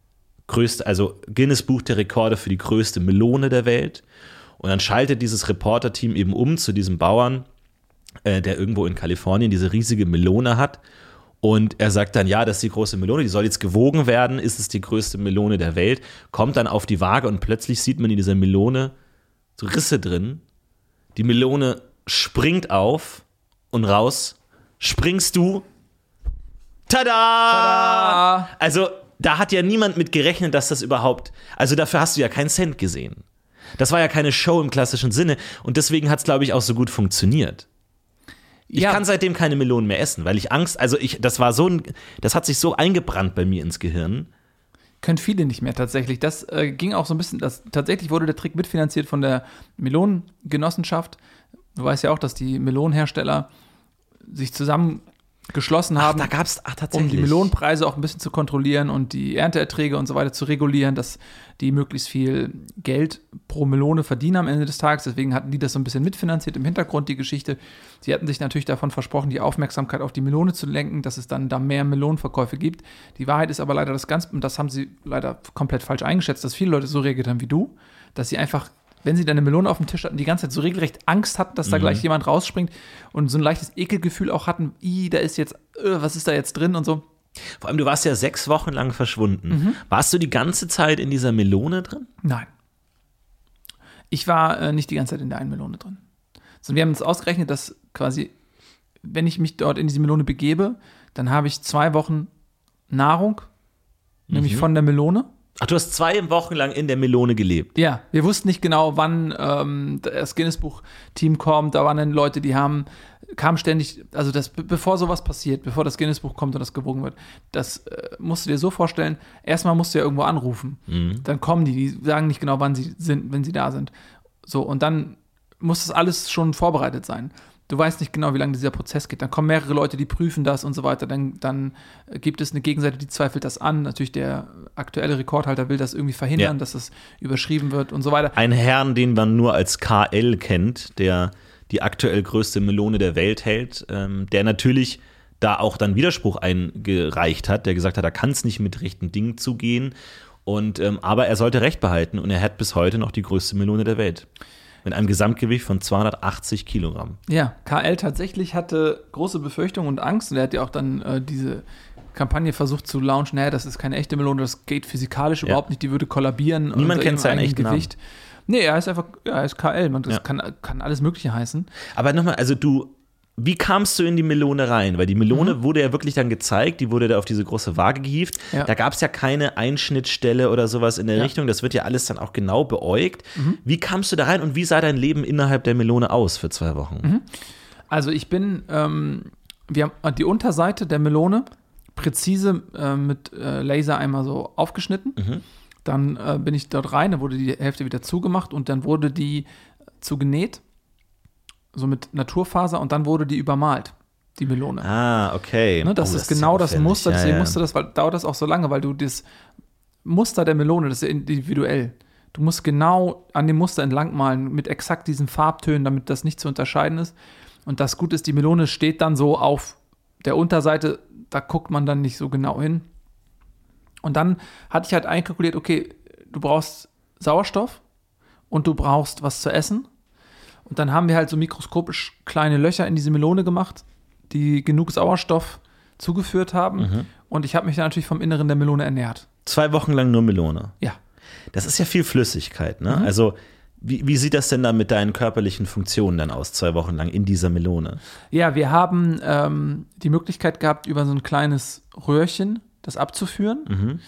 Also Guinness Buch der Rekorde für die größte Melone der Welt. Und dann schaltet dieses Reporter-Team eben um zu diesem Bauern, der irgendwo in Kalifornien diese riesige Melone hat. Und er sagt dann, ja, das ist die große Melone, die soll jetzt gewogen werden, ist es die größte Melone der Welt, kommt dann auf die Waage und plötzlich sieht man in dieser Melone so Risse drin. Die Melone springt auf und raus springst du. Tada! Tada! Also da hat ja niemand mit gerechnet, dass das überhaupt, also dafür hast du ja keinen Cent gesehen. Das war ja keine Show im klassischen Sinne und deswegen hat es, glaube ich, auch so gut funktioniert. Ich kann seitdem keine Melonen mehr essen, weil ich Angst, das hat sich so eingebrannt bei mir ins Gehirn. Können viele nicht mehr tatsächlich. Das ging auch so ein bisschen, tatsächlich wurde der Trick mitfinanziert von der Melonengenossenschaft. Du weißt ja auch, dass die Melonenhersteller sich zusammengeschlossen haben, da gab's tatsächlich, um die Melonenpreise auch ein bisschen zu kontrollieren und die Ernteerträge und so weiter zu regulieren, dass die möglichst viel Geld pro Melone verdienen am Ende des Tages. Deswegen hatten die das so ein bisschen mitfinanziert im Hintergrund, die Geschichte. Sie hatten sich natürlich davon versprochen, die Aufmerksamkeit auf die Melone zu lenken, dass es dann da mehr Melonenverkäufe gibt. Die Wahrheit ist aber leider und das haben sie leider komplett falsch eingeschätzt, dass viele Leute so reagiert haben wie du, dass sie einfach, wenn sie dann eine Melone auf dem Tisch hatten, die ganze Zeit so regelrecht Angst hatten, dass da gleich jemand rausspringt und so ein leichtes Ekelgefühl auch hatten, da ist jetzt, was ist da jetzt drin und so. Vor allem, du warst ja 6 Wochen lang verschwunden. Warst du die ganze Zeit in dieser Melone drin? Nein. Ich war nicht die ganze Zeit in der einen Melone drin. Sondern wir haben uns ausgerechnet, dass quasi, wenn ich mich dort in diese Melone begebe, dann habe ich 2 Wochen Nahrung, nämlich von der Melone. Ach, du hast 2 Wochen lang in der Melone gelebt. Ja, wir wussten nicht genau, wann das Guinness-Buch-Team kommt. Da waren dann Leute, kamen ständig, also bevor sowas passiert, bevor das Guinness-Buch kommt und das gewogen wird, das musst du dir so vorstellen, erstmal musst du ja irgendwo anrufen. Dann kommen die sagen nicht genau, wann sie sind, wenn sie da sind. So, und dann muss das alles schon vorbereitet sein. Du weißt nicht genau, wie lange dieser Prozess geht. Dann kommen mehrere Leute, die prüfen das und so weiter. Dann gibt es eine Gegenseite, die zweifelt das an. Natürlich der aktuelle Rekordhalter will das irgendwie verhindern, dass es überschrieben wird und so weiter. Ein Herrn, den man nur als KL kennt, der die aktuell größte Melone der Welt hält, der natürlich da auch dann Widerspruch eingereicht hat, der gesagt hat, er kann es nicht mit rechten Dingen zugehen. Aber er sollte Recht behalten und er hat bis heute noch die größte Melone der Welt. Mit einem Gesamtgewicht von 280 Kilogramm. Ja, KL tatsächlich hatte große Befürchtungen und Angst. Und er hat ja auch dann diese Kampagne versucht zu launchen. Naja, das ist keine echte Melone, das geht physikalisch überhaupt nicht, die würde kollabieren. Niemand kennt seinen echten Gewicht. Nee, er ist einfach, er ist KL. Das kann alles Mögliche heißen. Aber nochmal, also wie kamst du in die Melone rein? Weil die Melone wurde ja wirklich dann gezeigt, die wurde da auf diese große Waage gehievt. Ja. Da gab es ja keine Einschnittstelle oder sowas in der Richtung. Das wird ja alles dann auch genau beäugt. Wie kamst du da rein und wie sah dein Leben innerhalb der Melone aus für 2 Wochen? Also ich bin, wir haben die Unterseite der Melone präzise mit Laser einmal so aufgeschnitten. Dann bin ich dort rein, dann wurde die Hälfte wieder zugemacht und dann wurde die zugenäht. So mit Naturfaser und dann wurde die übermalt, die Melone. Ah, okay. Ne, das ist genau das Muster, deswegen musste das, dauert das auch so lange, weil du das Muster der Melone, das ist ja individuell. Du musst genau an dem Muster entlang malen, mit exakt diesen Farbtönen, damit das nicht zu unterscheiden ist. Und das Gute ist, die Melone steht dann so auf der Unterseite, da guckt man dann nicht so genau hin. Und dann hatte ich halt einkalkuliert, okay, du brauchst Sauerstoff und du brauchst was zu essen. Und dann haben wir halt so mikroskopisch kleine Löcher in diese Melone gemacht, die genug Sauerstoff zugeführt haben. Und ich habe mich dann natürlich vom Inneren der Melone ernährt. 2 Wochen lang nur Melone? Ja. Das ist ja viel Flüssigkeit, ne? Also wie sieht das denn dann mit deinen körperlichen Funktionen dann aus, 2 Wochen lang in dieser Melone? Ja, wir haben die Möglichkeit gehabt, über so ein kleines Röhrchen das abzuführen.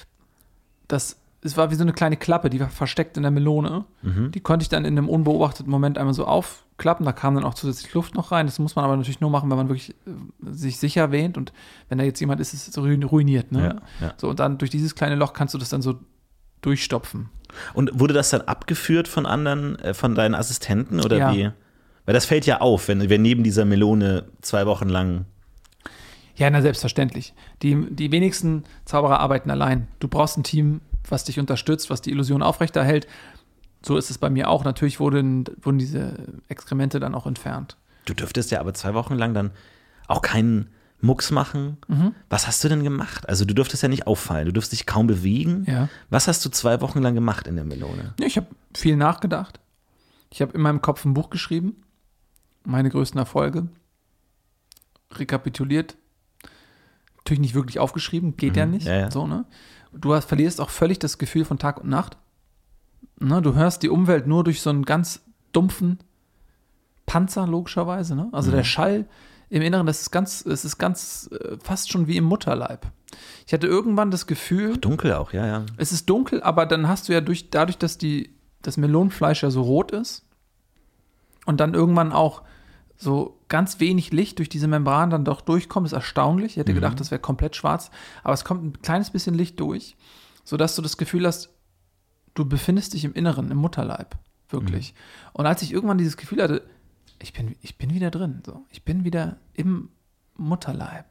Es war wie so eine kleine Klappe, die war versteckt in der Melone. Die konnte ich dann in einem unbeobachteten Moment einmal so aufklappen. Da kam dann auch zusätzlich Luft noch rein. Das muss man aber natürlich nur machen, wenn man wirklich sich sicher wähnt. Und wenn da jetzt jemand ist, ist es ruiniert. Ne? Ja. So, und dann durch dieses kleine Loch kannst du das dann so durchstopfen. Und wurde das dann abgeführt von anderen, von deinen Assistenten oder wie? Weil das fällt ja auf, wenn neben dieser Melone 2 Wochen lang. Ja, na selbstverständlich. Die wenigsten Zauberer arbeiten allein. Du brauchst ein Team, was dich unterstützt, was die Illusion aufrechterhält. So ist es bei mir auch. Natürlich wurden diese Exkremente dann auch entfernt. Du dürftest ja aber 2 Wochen lang dann auch keinen Mucks machen. Was hast du denn gemacht? Also du durftest ja nicht auffallen, du durftest dich kaum bewegen. Ja. Was hast du 2 Wochen lang gemacht in der Melone? Ja, ich habe viel nachgedacht. Ich habe in meinem Kopf ein Buch geschrieben, meine größten Erfolge, rekapituliert. Natürlich nicht wirklich aufgeschrieben, geht ja nicht. Ja. So, ne? Du verlierst auch völlig das Gefühl von Tag und Nacht. Ne? Du hörst die Umwelt nur durch so einen ganz dumpfen Panzer, logischerweise. Ne? Also der Schall im Inneren, es ist ganz fast schon wie im Mutterleib. Ich hatte irgendwann das Gefühl. Dunkel auch, ja. Es ist dunkel, aber dann hast du ja dadurch, dass das Melonenfleisch ja so rot ist und dann irgendwann auch so ganz wenig Licht durch diese Membran dann doch durchkommt, ist erstaunlich. Ich hätte gedacht, das wäre komplett schwarz, aber es kommt ein kleines bisschen Licht durch, sodass du das Gefühl hast, du befindest dich im Inneren, im Mutterleib, wirklich. Und als ich irgendwann dieses Gefühl hatte, ich bin wieder drin, so. Ich bin wieder im Mutterleib.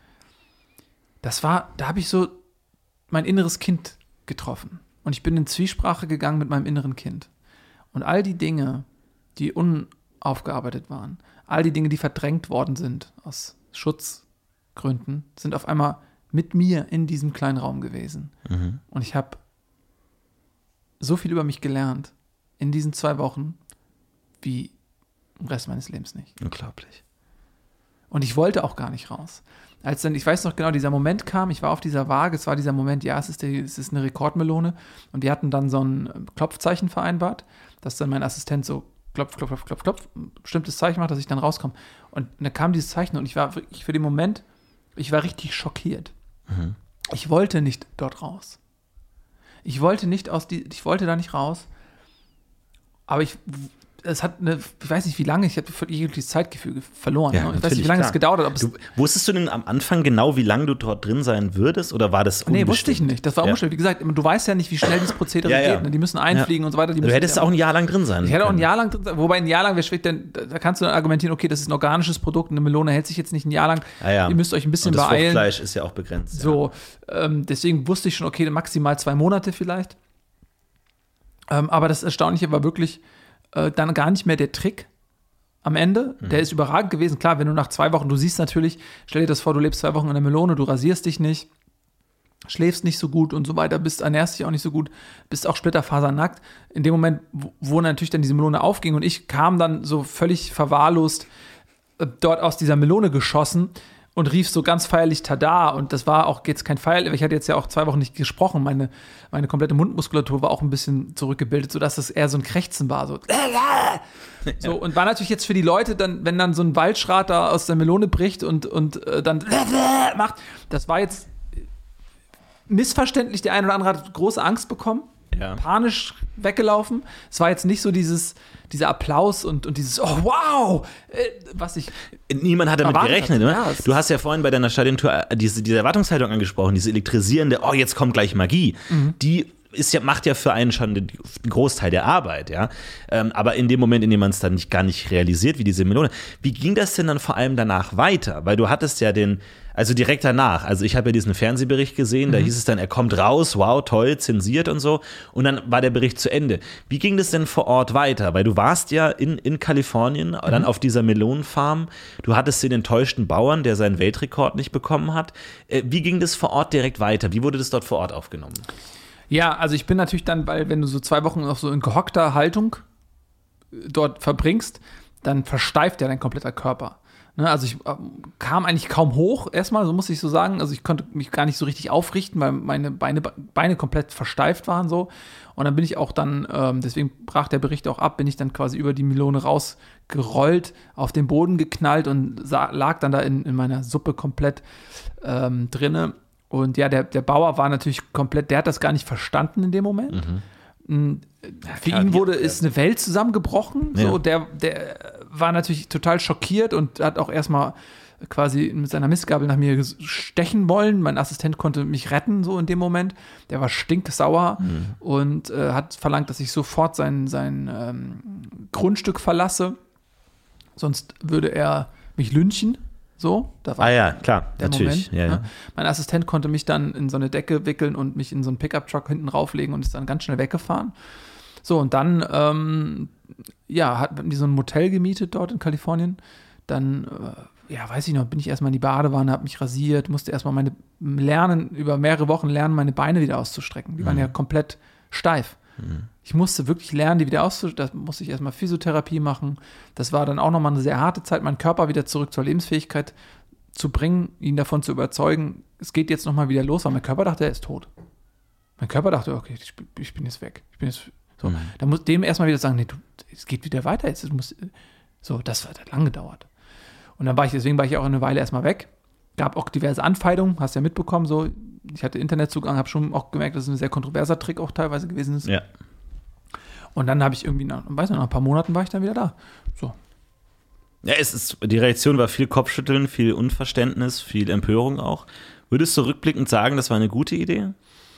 Da habe ich so mein inneres Kind getroffen. Und ich bin in Zwiesprache gegangen mit meinem inneren Kind. Und all die Dinge, die unaufgearbeitet waren, all die Dinge, die verdrängt worden sind aus Schutzgründen, sind auf einmal mit mir in diesem kleinen Raum gewesen. Und ich habe so viel über mich gelernt in diesen 2 Wochen wie im Rest meines Lebens nicht. Unglaublich. Und ich wollte auch gar nicht raus. Als dann, ich weiß noch genau, dieser Moment kam, ich war auf dieser Waage, es war dieser Moment, ja, es ist eine Rekordmelone. Und wir hatten dann so ein Klopfzeichen vereinbart, dass dann mein Assistent so klopf, klopf, klopf, klopf, klopf, ein bestimmtes Zeichen macht, dass ich dann rauskomme. Und dann kam dieses Zeichen und ich war wirklich für den Moment, ich war richtig schockiert. Mhm. Ich wollte nicht dort raus. Ich wollte da nicht raus. Aber es hat ich weiß nicht wie lange, ich hatte jegliches Zeitgefühl verloren. Ja, Ne? Ich weiß nicht, wie lange es gedauert hat. Wusstest du denn am Anfang genau, wie lange du dort drin sein würdest? Oder war das unbestimmt? Nee, wusste ich nicht. Das war unbestimmt. Wie gesagt, du weißt ja nicht, wie schnell dieses Prozedere geht. Ne? Die müssen einfliegen und so weiter. Du hättest auch ein Jahr lang drin sein. Ich hätte auch ein Jahr lang drin sein. Wobei ein Jahr lang wäre schwierig, denn da kannst du dann argumentieren, okay, das ist ein organisches Produkt, eine Melone hält sich jetzt nicht ein Jahr lang. Ihr müsst euch ein bisschen beeilen. Das Fruchtfleisch ist ja auch begrenzt. So, deswegen wusste ich schon, okay, maximal 2 Monate vielleicht. Aber das Erstaunliche war wirklich dann gar nicht mehr der Trick am Ende. Der ist überragend gewesen. Klar, wenn du nach 2 Wochen, du siehst natürlich, stell dir das vor, du lebst 2 Wochen in der Melone, du rasierst dich nicht, schläfst nicht so gut und so weiter, ernährst dich auch nicht so gut, bist auch splitterfasernackt. In dem Moment, wo natürlich dann diese Melone aufging und ich kam dann so völlig verwahrlost dort aus dieser Melone geschossen und rief so ganz feierlich Tada, und das war auch jetzt kein Feierl, ich hatte jetzt ja auch 2 Wochen nicht gesprochen, meine komplette Mundmuskulatur war auch ein bisschen zurückgebildet, sodass das eher so ein Krächzen war, so. So, und war natürlich jetzt für die Leute dann, wenn dann so ein Waldschrat da aus der Melone bricht und dann macht, das war jetzt missverständlich, der eine oder andere hat große Angst bekommen, panisch weggelaufen. Es war jetzt nicht so dieser Applaus und dieses oh wow, was ich niemand hat damit gerechnet, ne? Ja, du hast ja vorhin bei deiner Stadiontour diese Erwartungshaltung angesprochen, diese elektrisierende, oh, jetzt kommt gleich Magie. Die macht ja für einen schon den Großteil der Arbeit, ja. Aber in dem Moment, in dem man es dann gar nicht realisiert, wie diese Melone. Wie ging das denn dann vor allem danach weiter? Weil du hattest ja also direkt danach, also ich habe ja diesen Fernsehbericht gesehen, da hieß es dann, er kommt raus, wow, toll, zensiert und so. Und dann war der Bericht zu Ende. Wie ging das denn vor Ort weiter? Weil du warst ja in Kalifornien, dann auf dieser Melonenfarm. Du hattest den enttäuschten Bauern, der seinen Weltrekord nicht bekommen hat. Wie ging das vor Ort direkt weiter? Wie wurde das dort vor Ort aufgenommen? Ja, also ich bin natürlich dann, weil wenn du so 2 Wochen noch so in gehockter Haltung dort verbringst, dann versteift ja dein kompletter Körper. Ne, also ich kam eigentlich kaum hoch, erstmal, so muss ich so sagen. Also ich konnte mich gar nicht so richtig aufrichten, weil meine Beine komplett versteift waren so. Und dann bin ich auch dann, deswegen brach der Bericht auch ab, bin ich dann quasi über die Melone rausgerollt, auf den Boden geknallt und lag dann da in meiner Suppe komplett drinne. Und ja, der Bauer war natürlich komplett, der hat das gar nicht verstanden in dem Moment. Für ihn ist eine Welt zusammengebrochen. Ja. So, der war natürlich total schockiert und hat auch erstmal quasi mit seiner Mistgabel nach mir stechen wollen. Mein Assistent konnte mich retten, so in dem Moment. Der war stinksauer und hat verlangt, dass ich sofort sein Grundstück verlasse. Sonst würde er mich lynchen. So, da war ja, klar, der natürlich. Moment, Ja. Ne? Mein Assistent konnte mich dann in so eine Decke wickeln und mich in so einen Pickup-Truck hinten rauflegen und ist dann ganz schnell weggefahren. So, und dann, hatten die so ein Motel gemietet dort in Kalifornien. Dann, weiß ich noch, bin ich erstmal in die Badewanne, habe mich rasiert, musste erstmal über mehrere Wochen lernen, meine Beine wieder auszustrecken. Die waren ja komplett steif. Ich musste wirklich lernen, die wieder auszustrecken. Da musste ich erstmal Physiotherapie machen. Das war dann auch nochmal eine sehr harte Zeit, meinen Körper wieder zurück zur Lebensfähigkeit zu bringen, ihn davon zu überzeugen, es geht jetzt nochmal wieder los, weil mein Körper dachte, er ist tot. Mein Körper dachte, okay, ich bin jetzt weg. So. Da muss dem erstmal wieder sagen, nee, es geht wieder weiter. Das hat lang gedauert. Und deswegen war ich auch eine Weile erstmal weg. Gab auch diverse Anfeindungen, hast ja mitbekommen, so. Ich hatte Internetzugang, habe schon auch gemerkt, dass es ein sehr kontroverser Trick auch teilweise gewesen ist. Ja. Und dann habe ich irgendwie, nach ein paar Monaten war ich dann wieder da. So. Ja, die Reaktion war viel Kopfschütteln, viel Unverständnis, viel Empörung auch. Würdest du rückblickend sagen, das war eine gute Idee?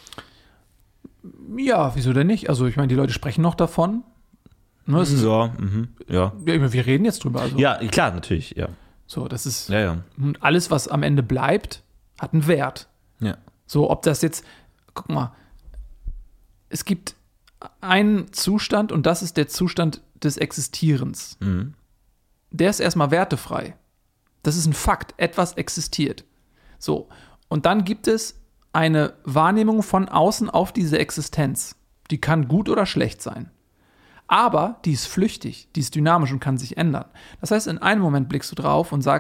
Ja, wieso denn nicht? Also ich meine, die Leute sprechen noch davon. Ne, ja. Wir reden jetzt drüber. Also. Ja, klar, natürlich, ja. So, das ist Ja. alles, was am Ende bleibt, hat einen Wert. Ja. So, ob das jetzt, guck mal, es gibt einen Zustand und das ist der Zustand des Existierens. Der ist erstmal wertefrei. Das ist ein Fakt, etwas existiert. So, und dann gibt es eine Wahrnehmung von außen auf diese Existenz. Die kann gut oder schlecht sein. Aber die ist flüchtig, die ist dynamisch und kann sich ändern. Das heißt, in einem Moment blickst du drauf und sagst,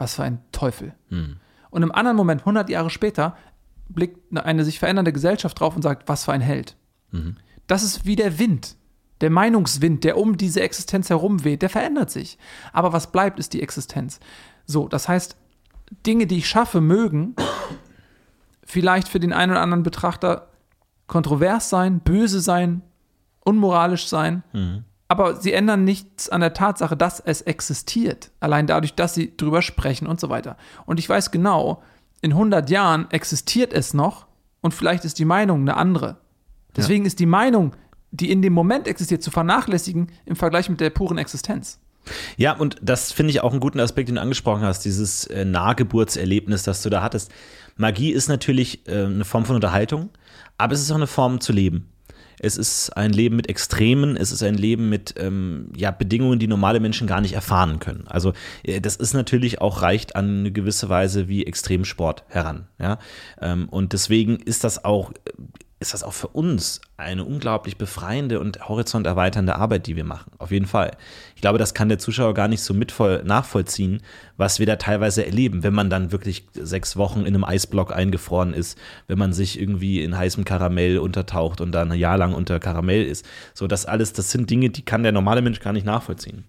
was für ein Teufel. Und im anderen Moment, 100 Jahre später, blickt eine sich verändernde Gesellschaft drauf und sagt, was für ein Held. Das ist wie der Wind. Der Meinungswind, der um diese Existenz herum weht, der verändert sich. Aber was bleibt, ist die Existenz. So, das heißt, Dinge, die ich schaffe, mögen vielleicht für den einen oder anderen Betrachter kontrovers sein, böse sein, unmoralisch sein, aber sie ändern nichts an der Tatsache, dass es existiert. Allein dadurch, dass sie drüber sprechen und so weiter. Und ich weiß genau, in 100 Jahren existiert es noch und vielleicht ist die Meinung eine andere. Deswegen ist die Meinung, die in dem Moment existiert, zu vernachlässigen im Vergleich mit der puren Existenz. Ja, und das finde ich auch einen guten Aspekt, den du angesprochen hast, dieses Nahgeburtserlebnis, das du da hattest. Magie ist natürlich eine Form von Unterhaltung, aber es ist auch eine Form zu leben. Es ist ein Leben mit Extremen, es ist ein Leben mit Bedingungen, die normale Menschen gar nicht erfahren können. Also das ist natürlich auch, reicht an eine gewisse Weise wie Extremsport heran. Ja? Und deswegen ist das auch für uns eine unglaublich befreiende und horizonterweiternde Arbeit, die wir machen. Auf jeden Fall. Ich glaube, das kann der Zuschauer gar nicht so nachvollziehen, was wir da teilweise erleben, wenn man dann wirklich 6 Wochen in einem Eisblock eingefroren ist, wenn man sich irgendwie in heißem Karamell untertaucht und dann ein Jahr lang unter Karamell ist. So, das alles, das sind Dinge, die kann der normale Mensch gar nicht nachvollziehen.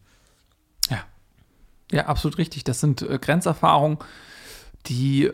Ja, absolut richtig. Das sind Grenzerfahrungen, die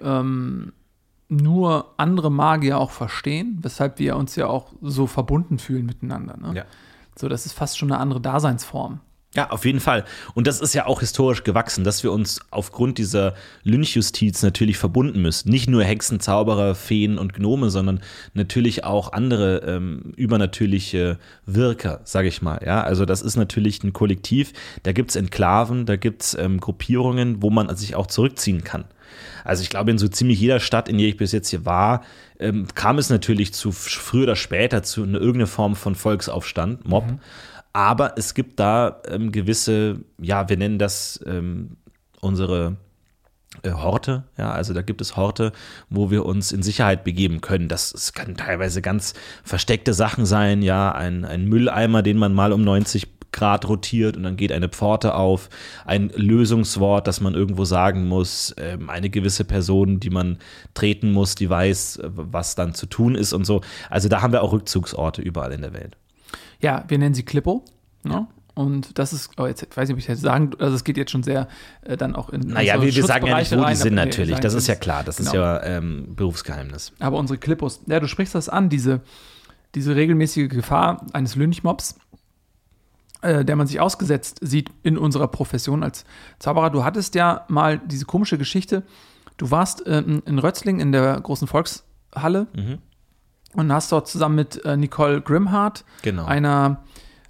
nur andere Magier auch verstehen, weshalb wir uns ja auch so verbunden fühlen miteinander. Ne? Ja. So, das ist fast schon eine andere Daseinsform. Ja, auf jeden Fall. Und das ist ja auch historisch gewachsen, dass wir uns aufgrund dieser Lynchjustiz natürlich verbunden müssen. Nicht nur Hexen, Zauberer, Feen und Gnome, sondern natürlich auch andere übernatürliche Wirker, sage ich mal. Ja, also das ist natürlich ein Kollektiv. Da gibt es Enklaven, da gibt es Gruppierungen, wo man sich auch zurückziehen kann. Also ich glaube, in so ziemlich jeder Stadt, in der ich bis jetzt hier war, kam es natürlich früher oder später zu irgendeiner Form von Volksaufstand, Mob. Aber es gibt da gewisse, wir nennen das unsere Horte, ja, also da gibt es Horte, wo wir uns in Sicherheit begeben können. Das kann teilweise ganz versteckte Sachen sein, ja, ein Mülleimer, den man mal um 90 Grad rotiert und dann geht eine Pforte auf, ein Lösungswort, das man irgendwo sagen muss, eine gewisse Person, die man treten muss, die weiß, was dann zu tun ist und so. Also da haben wir auch Rückzugsorte überall in der Welt. Ja, wir nennen sie Klippo. Ne? Und das ist, jetzt ich weiß nicht, ob ich das sagen, also es geht jetzt schon sehr dann auch in Naja, wir sagen ja nicht, wo die sind rein, natürlich, das ist ja klar, das ist ja Berufsgeheimnis. Aber unsere Klippos, ja, du sprichst das an, diese regelmäßige Gefahr eines Lynchmobs, der man sich ausgesetzt sieht in unserer Profession als Zauberer. Du hattest ja mal diese komische Geschichte, du warst in Rötzling in der großen Volkshalle und hast dort zusammen mit Nicole Grimhardt, einer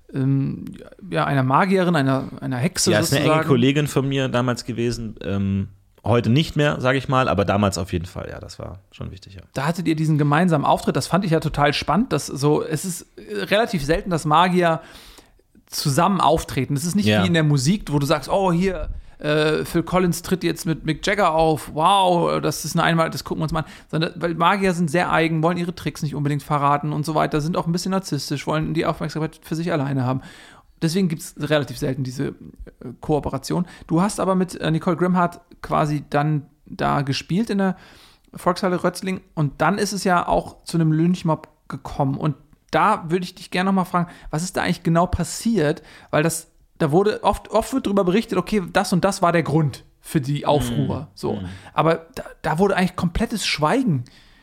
Magierin, einer Hexe sozusagen. Ja, ist eine enge Kollegin von mir damals gewesen, heute nicht mehr, sage ich mal, aber damals auf jeden Fall, ja, das war schon wichtig. Ja. Da hattet ihr diesen gemeinsamen Auftritt, das fand ich ja total spannend, es ist relativ selten, dass Magier zusammen auftreten. Es ist nicht wie in der Musik, wo du sagst, oh, hier, Phil Collins tritt jetzt mit Mick Jagger auf, wow, das ist das gucken wir uns mal an. Sondern, weil Magier sind sehr eigen, wollen ihre Tricks nicht unbedingt verraten und so weiter, sind auch ein bisschen narzisstisch, wollen die Aufmerksamkeit für sich alleine haben. Deswegen gibt es relativ selten diese Kooperation. Du hast aber mit Nicole Grimhardt quasi dann da gespielt in der Volkshalle Rötzling und dann ist es ja auch zu einem Lynchmob gekommen und da würde ich dich gerne nochmal fragen, was ist da eigentlich genau passiert? Weil da wurde oft wird darüber berichtet, okay, das und das war der Grund für die Aufruhr. So. Aber da wurde eigentlich komplettes Schweigen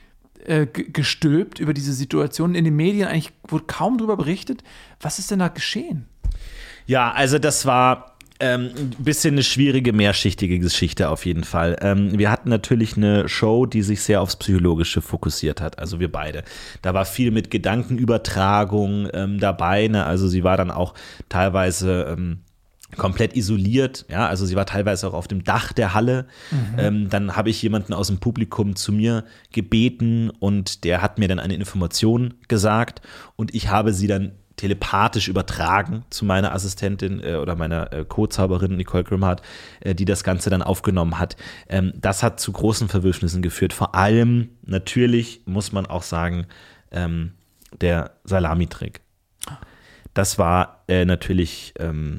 gestülpt über diese Situation. In den Medien eigentlich wurde kaum darüber berichtet. Was ist denn da geschehen? Ja, also das war ein bisschen eine schwierige, mehrschichtige Geschichte auf jeden Fall. Wir hatten natürlich eine Show, die sich sehr aufs Psychologische fokussiert hat, also wir beide. Da war viel mit Gedankenübertragung dabei, ne? Also sie war dann auch teilweise komplett isoliert, ja, also sie war teilweise auch auf dem Dach der Halle. Dann habe ich jemanden aus dem Publikum zu mir gebeten und der hat mir dann eine Information gesagt und ich habe sie dann telepathisch übertragen zu meiner Assistentin oder meiner Co-Zauberin Nicole Grimhardt, die das Ganze dann aufgenommen hat. Das hat zu großen Verwürfnissen geführt. Vor allem, natürlich muss man auch sagen, der Salamitrick. Das war natürlich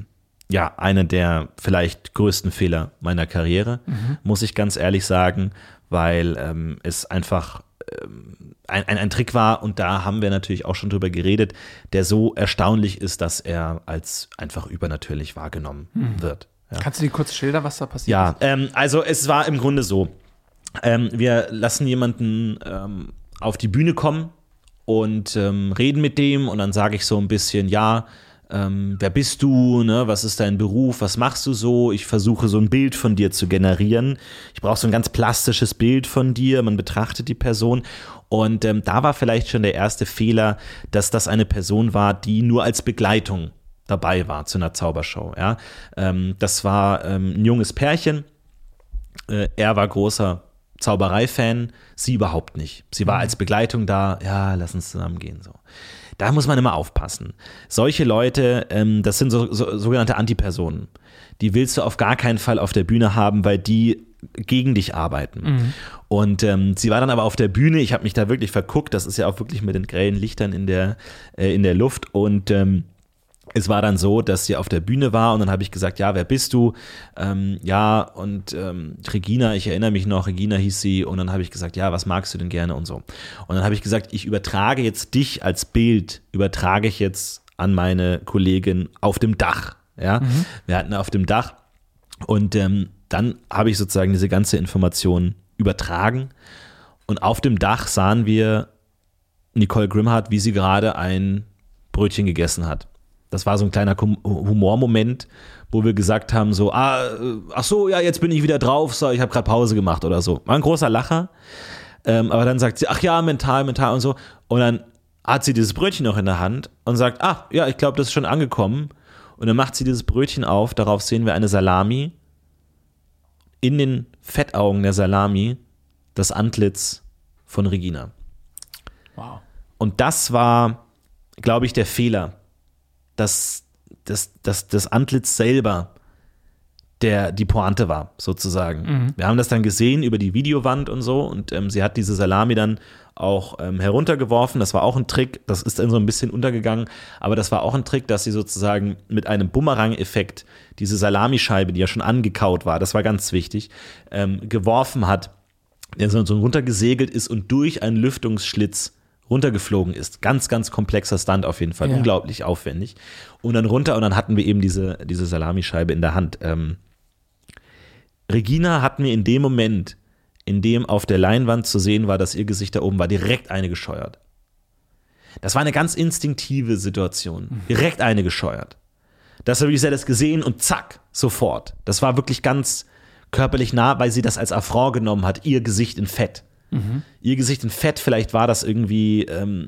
einer der vielleicht größten Fehler meiner Karriere, muss ich ganz ehrlich sagen, weil es einfach ein Trick war, und da haben wir natürlich auch schon drüber geredet, der so erstaunlich ist, dass er als einfach übernatürlich wahrgenommen wird. Ja. Kannst du dir kurz schildern, was da passiert ist? Ja, also es war im Grunde so, wir lassen jemanden auf die Bühne kommen und reden mit dem, und dann sage ich so ein bisschen, wer bist du, ne? Was ist dein Beruf, was machst du so? Ich versuche so ein Bild von dir zu generieren. Ich brauche so ein ganz plastisches Bild von dir, man betrachtet die Person, und da war vielleicht schon der erste Fehler, dass das eine Person war, die nur als Begleitung dabei war zu einer Zaubershow. Ja? Das war ein junges Pärchen, er war großer Zauberei-Fan, sie überhaupt nicht. Sie war als Begleitung da, ja, lass uns zusammen gehen, so. Da muss man immer aufpassen. Solche Leute, das sind sogenannte Antipersonen. Die willst du auf gar keinen Fall auf der Bühne haben, weil die gegen dich arbeiten. Und sie war dann aber auf der Bühne, ich habe mich da wirklich verguckt, das ist ja auch wirklich mit den grellen Lichtern in der Luft, und es war dann so, dass sie auf der Bühne war, und dann habe ich gesagt, ja, wer bist du? Regina, ich erinnere mich noch, Regina hieß sie, und dann habe ich gesagt, ja, was magst du denn gerne und so. Und dann habe ich gesagt, ich übertrage jetzt dich als Bild, übertrage ich jetzt an meine Kollegin auf dem Dach. Ja? Wir hatten auf dem Dach, und dann habe ich sozusagen diese ganze Information übertragen, und auf dem Dach sahen wir Nicole Grimhardt, wie sie gerade ein Brötchen gegessen hat. Das war so ein kleiner Humormoment, wo wir gesagt haben so, ach so, ja, jetzt bin ich wieder drauf, so, ich habe gerade Pause gemacht oder so. War ein großer Lacher, aber dann sagt sie, ach ja, mental und so. Und dann hat sie dieses Brötchen noch in der Hand und sagt, ach ja, ich glaube, das ist schon angekommen. Und dann macht sie dieses Brötchen auf, darauf sehen wir eine Salami. In den Fettaugen der Salami das Antlitz von Regina. Wow. Und das war, glaube ich, der Fehler, dass das Antlitz selber die Pointe war, sozusagen. Wir haben das dann gesehen über die Videowand und so, und sie hat diese Salami dann auch heruntergeworfen. Das war auch ein Trick, das ist dann so ein bisschen untergegangen, aber das war auch ein Trick, dass sie sozusagen mit einem Bumerang-Effekt diese Salamischeibe, die ja schon angekaut war, das war ganz wichtig, geworfen hat, der so runtergesegelt ist und durch einen Lüftungsschlitz runtergeflogen ist. Ganz, ganz komplexer Stunt auf jeden Fall, unglaublich aufwendig. Und dann runter, und dann hatten wir eben diese Salamischeibe in der Hand. Regina hat mir in dem Moment, in dem auf der Leinwand zu sehen war, dass ihr Gesicht da oben war, direkt eine gescheuert. Das war eine ganz instinktive Situation. Direkt eine gescheuert. Das habe ich das gesehen, und zack, sofort. Das war wirklich ganz körperlich nah, weil sie das als Affront genommen hat, ihr Gesicht in Fett. Ihr Gesicht in Fett, vielleicht war das irgendwie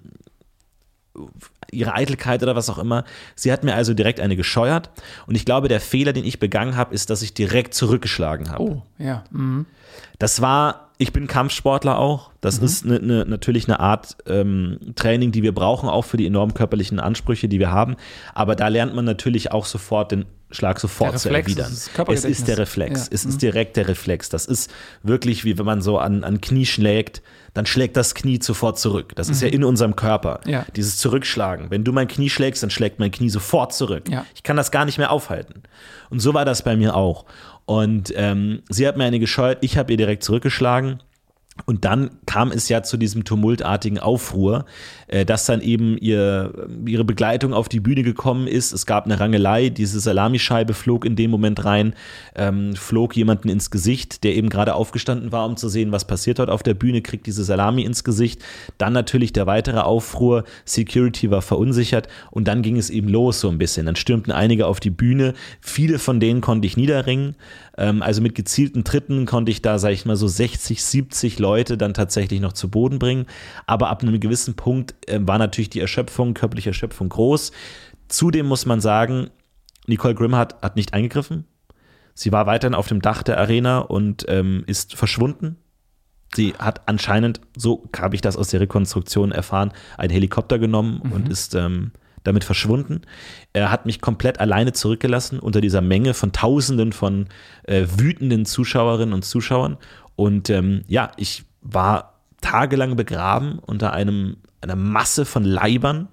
ihre Eitelkeit oder was auch immer. Sie hat mir also direkt eine gescheuert, und ich glaube, der Fehler, den ich begangen habe, ist, dass ich direkt zurückgeschlagen habe. Oh, ja. Das war, ich bin Kampfsportler auch, das ist natürlich eine Art Training, die wir brauchen, auch für die enormen körperlichen Ansprüche, die wir haben, aber da lernt man natürlich auch sofort den Schlag sofort zu erwidern. Es ist der Reflex, es ist direkt der Reflex. Das ist wirklich, wie wenn man so an Knie schlägt, dann schlägt das Knie sofort zurück. Das ist ja in unserem Körper, dieses Zurückschlagen. Wenn du mein Knie schlägst, dann schlägt mein Knie sofort zurück. Ja. Ich kann das gar nicht mehr aufhalten. Und so war das bei mir auch. Und sie hat mir eine gescheuert, ich habe ihr direkt zurückgeschlagen. Und dann kam es ja zu diesem tumultartigen Aufruhr, dass dann eben ihre Begleitung auf die Bühne gekommen ist. Es gab eine Rangelei, diese Salamischeibe flog in dem Moment rein, flog jemanden ins Gesicht, der eben gerade aufgestanden war, um zu sehen, was passiert dort auf der Bühne, kriegt diese Salami ins Gesicht. Dann natürlich der weitere Aufruhr, Security war verunsichert, und dann ging es eben los so ein bisschen. Dann stürmten einige auf die Bühne, viele von denen konnte ich niederringen. Also mit gezielten Tritten konnte ich da, sag ich mal, so 60, 70 Leute dann tatsächlich noch zu Boden bringen. Aber ab einem gewissen Punkt war natürlich die körperliche Erschöpfung groß. Zudem muss man sagen, Nicole Grimhardt hat nicht eingegriffen. Sie war weiterhin auf dem Dach der Arena und ist verschwunden. Sie hat anscheinend, so habe ich das aus der Rekonstruktion erfahren, einen Helikopter genommen und ist damit verschwunden. Er hat mich komplett alleine zurückgelassen unter dieser Menge von Tausenden von wütenden Zuschauerinnen und Zuschauern. Und ich war tagelang begraben unter einer Masse von Leibern.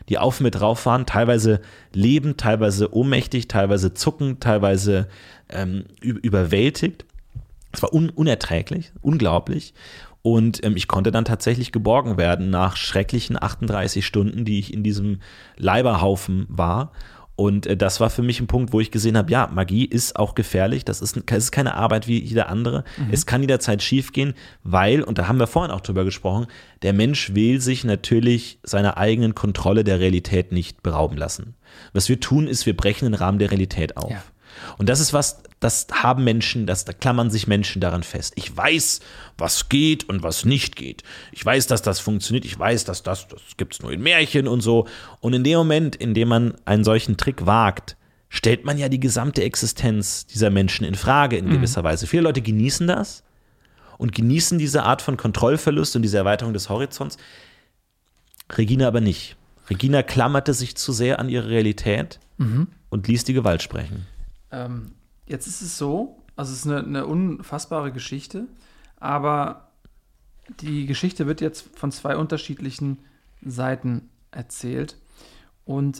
die auf mir drauf waren, teilweise lebend, teilweise ohnmächtig, teilweise zuckend, teilweise überwältigt. Es war unerträglich, unglaublich. Und ich konnte dann tatsächlich geborgen werden nach schrecklichen 38 Stunden, die ich in diesem Leiberhaufen war. Und das war für mich ein Punkt, wo ich gesehen habe, ja, Magie ist auch gefährlich. Das ist keine Arbeit wie jeder andere. Es kann jederzeit schiefgehen, weil, und da haben wir vorhin auch drüber gesprochen, der Mensch will sich natürlich seiner eigenen Kontrolle der Realität nicht berauben lassen. Was wir tun, ist, wir brechen den Rahmen der Realität auf. Ja. Und das ist was, das haben Menschen, da klammern sich Menschen daran fest. Ich weiß, was geht und was nicht geht. Ich weiß, dass das funktioniert. Ich weiß, dass das gibt's nur in Märchen und so. Und in dem Moment, in dem man einen solchen Trick wagt, stellt man ja die gesamte Existenz dieser Menschen in Frage in gewisser Weise. Viele Leute genießen das und genießen diese Art von Kontrollverlust und diese Erweiterung des Horizonts. Regina aber nicht. Regina klammerte sich zu sehr an ihre Realität und ließ die Gewalt sprechen. Jetzt ist es so, also es ist eine unfassbare Geschichte, aber die Geschichte wird jetzt von zwei unterschiedlichen Seiten erzählt. Und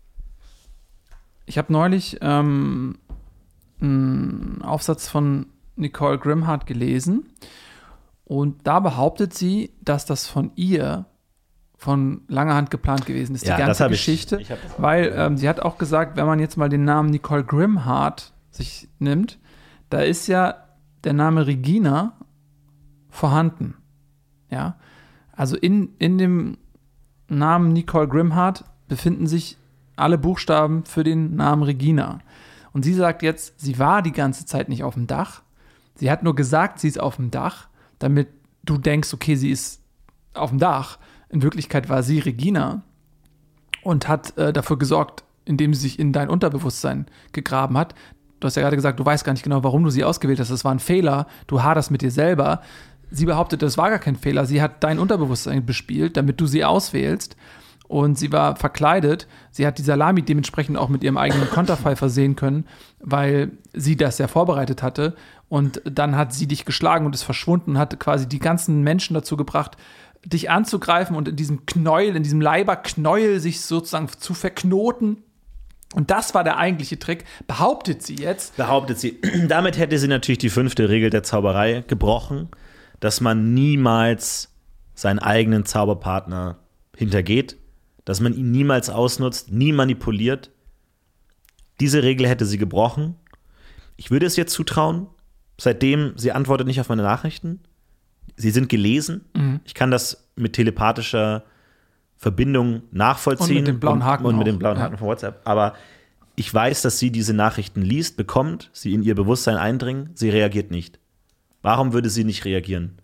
ich habe neulich einen Aufsatz von Nicole Grimhardt gelesen und da behauptet sie, dass das von ihr von langer Hand geplant gewesen ist, die ganze Geschichte, weil sie hat auch gesagt, wenn man jetzt mal den Namen Nicole Grimhardt sich nimmt, da ist ja der Name Regina vorhanden. Ja, also in dem Namen Nicole Grimhardt befinden sich alle Buchstaben für den Namen Regina. Und sie sagt jetzt, sie war die ganze Zeit nicht auf dem Dach. Sie hat nur gesagt, sie ist auf dem Dach, damit du denkst, okay, sie ist auf dem Dach. In Wirklichkeit war sie Regina und hat dafür gesorgt, indem sie sich in dein Unterbewusstsein gegraben hat. Du hast ja gerade gesagt, du weißt gar nicht genau, warum du sie ausgewählt hast. Das war ein Fehler. Du haderst mit dir selber. Sie behauptet, das war gar kein Fehler. Sie hat dein Unterbewusstsein bespielt, damit du sie auswählst. Und sie war verkleidet. Sie hat die Salami dementsprechend auch mit ihrem eigenen Konterfei versehen können, weil sie das ja vorbereitet hatte. Und dann hat sie dich geschlagen und ist verschwunden und hat quasi die ganzen Menschen dazu gebracht, dich anzugreifen und in diesem Knäuel, in diesem Leiberknäuel sich sozusagen zu verknoten. Und das war der eigentliche Trick, behauptet sie jetzt. Behauptet sie. Damit hätte sie natürlich die 5. Regel der Zauberei gebrochen, dass man niemals seinen eigenen Zauberpartner hintergeht, dass man ihn niemals ausnutzt, nie manipuliert. Diese Regel hätte sie gebrochen. Ich würde es jetzt zutrauen, seitdem sie antwortet nicht auf meine Nachrichten. Sie sind gelesen. Ich kann das mit telepathischer Verbindung nachvollziehen. Und mit dem blauen Haken. Und mit dem blauen Haken von WhatsApp. Aber ich weiß, dass sie diese Nachrichten liest, bekommt, sie in ihr Bewusstsein eindringen. Sie reagiert nicht. Warum würde sie nicht reagieren?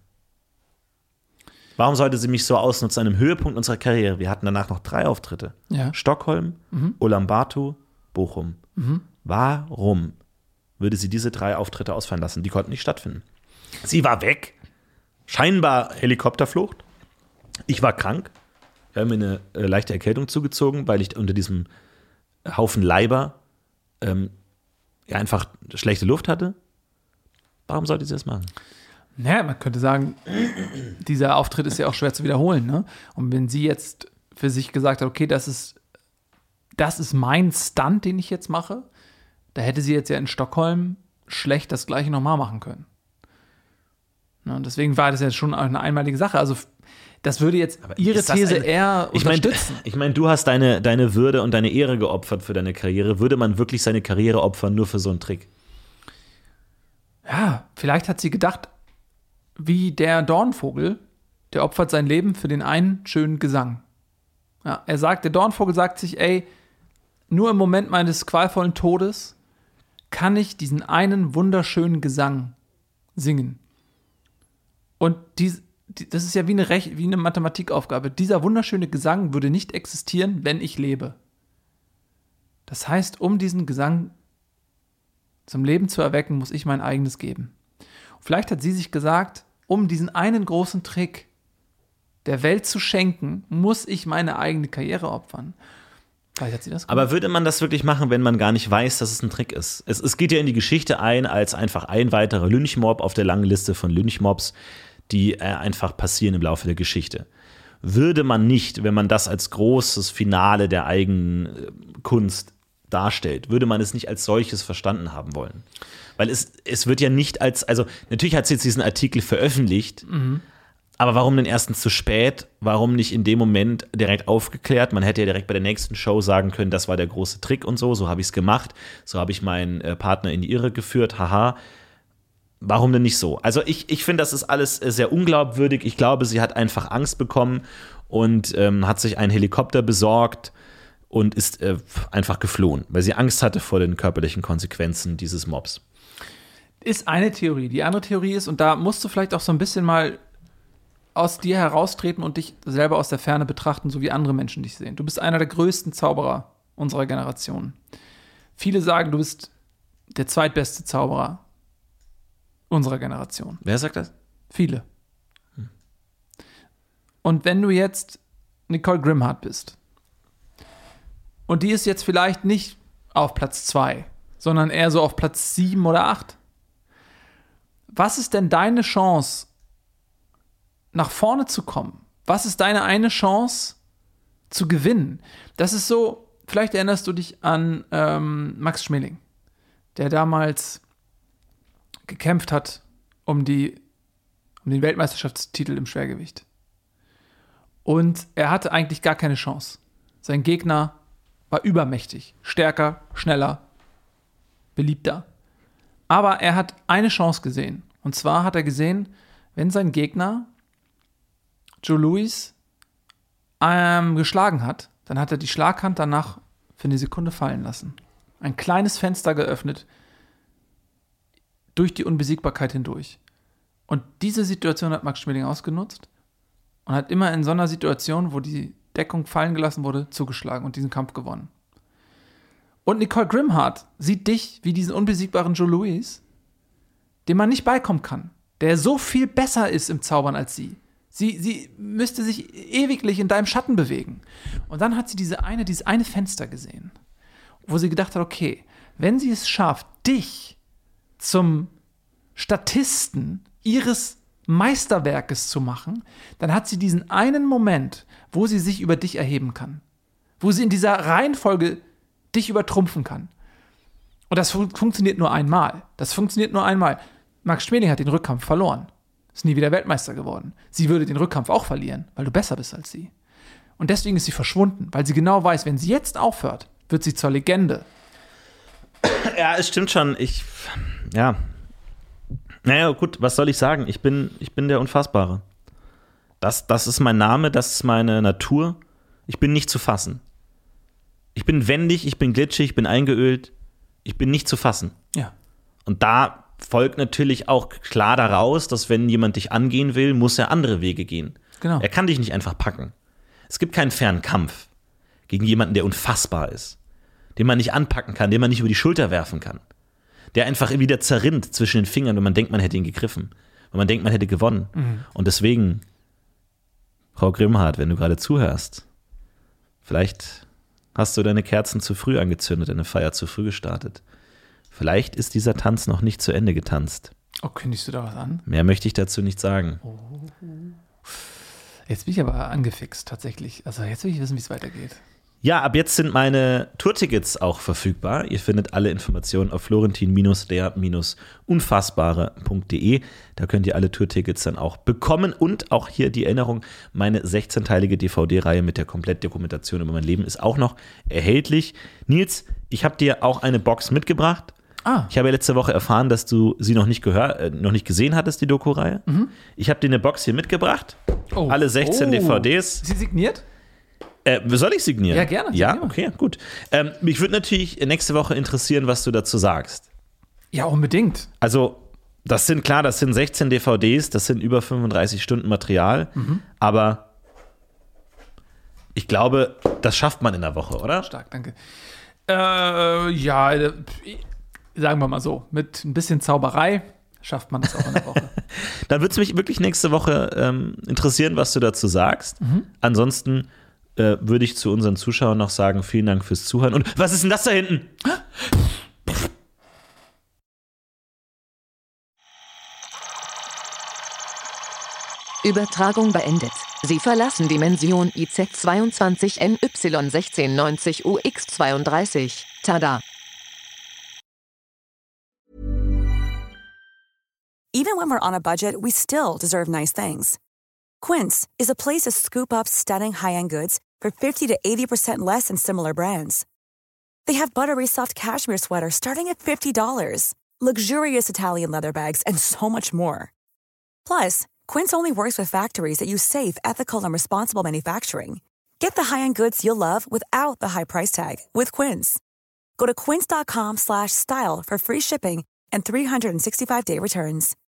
Warum sollte sie mich so ausnutzen an einem Höhepunkt unserer Karriere? Wir hatten danach noch 3 Auftritte. Ja. Stockholm, Ulaanbaatar, Bochum. Warum würde sie diese 3 Auftritte ausfallen lassen? Die konnten nicht stattfinden. Sie war weg. Scheinbar Helikopterflucht. Ich war krank. Ich habe mir eine leichte Erkältung zugezogen, weil ich unter diesem Haufen Leiber einfach schlechte Luft hatte. Warum sollte sie das machen? Naja, man könnte sagen, dieser Auftritt ist ja auch schwer zu wiederholen. Ne? Und wenn sie jetzt für sich gesagt hat, okay, das ist mein Stunt, den ich jetzt mache, da hätte sie jetzt ja in Stockholm schlecht das Gleiche nochmal machen können. Und deswegen war das ja schon eine einmalige Sache. Also das würde jetzt ihre These eher unterstützen. Ich meine, du hast deine Würde und deine Ehre geopfert für deine Karriere. Würde man wirklich seine Karriere opfern nur für so einen Trick? Ja, vielleicht hat sie gedacht, wie der Dornvogel, der opfert sein Leben für den einen schönen Gesang. Ja, der Dornvogel sagt sich, ey, nur im Moment meines qualvollen Todes kann ich diesen einen wunderschönen Gesang singen. Und das ist ja wie eine Mathematikaufgabe. Dieser wunderschöne Gesang würde nicht existieren, wenn ich lebe. Das heißt, um diesen Gesang zum Leben zu erwecken, muss ich mein eigenes geben. Vielleicht hat sie sich gesagt, um diesen einen großen Trick der Welt zu schenken, muss ich meine eigene Karriere opfern. Vielleicht hat sie das gemacht. Aber würde man das wirklich machen, wenn man gar nicht weiß, dass es ein Trick ist? Es geht ja in die Geschichte ein als einfach ein weiterer Lynchmob auf der langen Liste von Lynchmobs, die einfach passieren im Laufe der Geschichte. würde man nicht, wenn man das als großes Finale der eigenen Kunst darstellt, würde man es nicht als solches verstanden haben wollen. Weil es wird ja nicht also natürlich hat sie jetzt diesen Artikel veröffentlicht, aber warum denn erstens zu spät? Warum nicht in dem Moment direkt aufgeklärt? Man hätte ja direkt bei der nächsten Show sagen können, das war der große Trick und so habe ich es gemacht, so habe ich meinen Partner in die Irre geführt, haha. Warum denn nicht so? Also ich finde, das ist alles sehr unglaubwürdig. Ich glaube, sie hat einfach Angst bekommen und hat sich einen Helikopter besorgt und ist einfach geflohen, weil sie Angst hatte vor den körperlichen Konsequenzen dieses Mobs. Ist eine Theorie. Die andere Theorie ist, und da musst du vielleicht auch so ein bisschen mal aus dir heraustreten und dich selber aus der Ferne betrachten, so wie andere Menschen dich sehen. Du bist einer der größten Zauberer unserer Generation. Viele sagen, du bist der zweitbeste Zauberer unserer Generation. Wer sagt das? Viele. Und wenn du jetzt Nicole Grimhardt bist und die ist jetzt vielleicht nicht auf Platz 2, sondern eher so auf Platz 7 oder 8, was ist denn deine Chance, nach vorne zu kommen? Was ist deine eine Chance zu gewinnen? Das ist so, vielleicht erinnerst du dich an Max Schmeling, der damals gekämpft hat um den Weltmeisterschaftstitel im Schwergewicht. Und er hatte eigentlich gar keine Chance. Sein Gegner war übermächtig, stärker, schneller, beliebter. Aber er hat eine Chance gesehen. Und zwar hat er gesehen, wenn sein Gegner Joe Louis geschlagen hat, dann hat er die Schlaghand danach für eine Sekunde fallen lassen. Ein kleines Fenster geöffnet, durch die Unbesiegbarkeit hindurch. Und diese Situation hat Max Schmeling ausgenutzt und hat immer in so einer Situation, wo die Deckung fallen gelassen wurde, zugeschlagen und diesen Kampf gewonnen. Und Nicole Grimhardt sieht dich wie diesen unbesiegbaren Joe Louis, dem man nicht beikommen kann, der so viel besser ist im Zaubern als sie. Sie müsste sich ewiglich in deinem Schatten bewegen. Und dann hat sie dieses eine Fenster gesehen, wo sie gedacht hat, okay, wenn sie es schafft, dich zum Statisten ihres Meisterwerkes zu machen, dann hat sie diesen einen Moment, wo sie sich über dich erheben kann. Wo sie in dieser Reihenfolge dich übertrumpfen kann. Und das funktioniert nur einmal. Max Schmeling hat den Rückkampf verloren. Ist nie wieder Weltmeister geworden. Sie würde den Rückkampf auch verlieren, weil du besser bist als sie. Und deswegen ist sie verschwunden, weil sie genau weiß, wenn sie jetzt aufhört, wird sie zur Legende. Ja, es stimmt schon. Naja, gut, was soll ich sagen? Ich bin der Unfassbare. Das ist mein Name, das ist meine Natur. Ich bin nicht zu fassen. Ich bin wendig, ich bin glitschig, ich bin eingeölt. Ich bin nicht zu fassen. Ja. Und da folgt natürlich auch klar daraus, dass wenn jemand dich angehen will, muss er andere Wege gehen. Genau. Er kann dich nicht einfach packen. Es gibt keinen fairen Kampf gegen jemanden, der unfassbar ist, den man nicht anpacken kann, den man nicht über die Schulter werfen kann, der einfach wieder zerrinnt zwischen den Fingern, wenn man denkt, man hätte ihn gegriffen, wenn man denkt, man hätte gewonnen. Und deswegen, Frau Grimhardt, wenn du gerade zuhörst, vielleicht hast du deine Kerzen zu früh angezündet, deine Feier zu früh gestartet. Vielleicht ist dieser Tanz noch nicht zu Ende getanzt. Oh, kündigst du da was an? Mehr möchte ich dazu nicht sagen. Oh. Jetzt bin ich aber angefixt, tatsächlich. Also jetzt will ich wissen, wie es weitergeht. Ja, ab jetzt sind meine Tourtickets auch verfügbar. Ihr findet alle Informationen auf florentin-der-unfassbare.de. Da könnt ihr alle Tourtickets dann auch bekommen. Und auch hier die Erinnerung, meine 16-teilige DVD-Reihe mit der Komplettdokumentation über mein Leben ist auch noch erhältlich. Nils, ich habe dir auch eine Box mitgebracht. Ich habe ja letzte Woche erfahren, dass du sie noch nicht gesehen hattest, die Doku-Reihe. Ich habe dir eine Box hier mitgebracht. Alle 16 DVDs. Ist sie signiert? Soll ich signieren? Ja, gerne. Ja, okay, gut. Mich würde natürlich nächste Woche interessieren, was du dazu sagst. Ja, unbedingt. Also, das sind 16 DVDs, das sind über 35 Stunden Material, aber ich glaube, das schafft man in der Woche, oder? Stark, danke. Sagen wir mal so, mit ein bisschen Zauberei schafft man das auch in der Woche. Dann würde es mich wirklich nächste Woche interessieren, was du dazu sagst. Ansonsten würde ich zu unseren Zuschauern noch sagen, vielen Dank fürs Zuhören. Und was ist denn das da hinten? Übertragung beendet. Sie verlassen Dimension IZ22NY1690UX32. Tada! Even when we're on a budget, we still deserve nice things. Quince is a place to scoop up stunning high-end goods for 50 to 80% less than similar brands. They have buttery soft cashmere sweaters starting at $50, luxurious Italian leather bags, and so much more. Plus, Quince only works with factories that use safe, ethical, and responsible manufacturing. Get the high-end goods you'll love without the high price tag with Quince. Go to quince.com/style for free shipping and 365-day returns.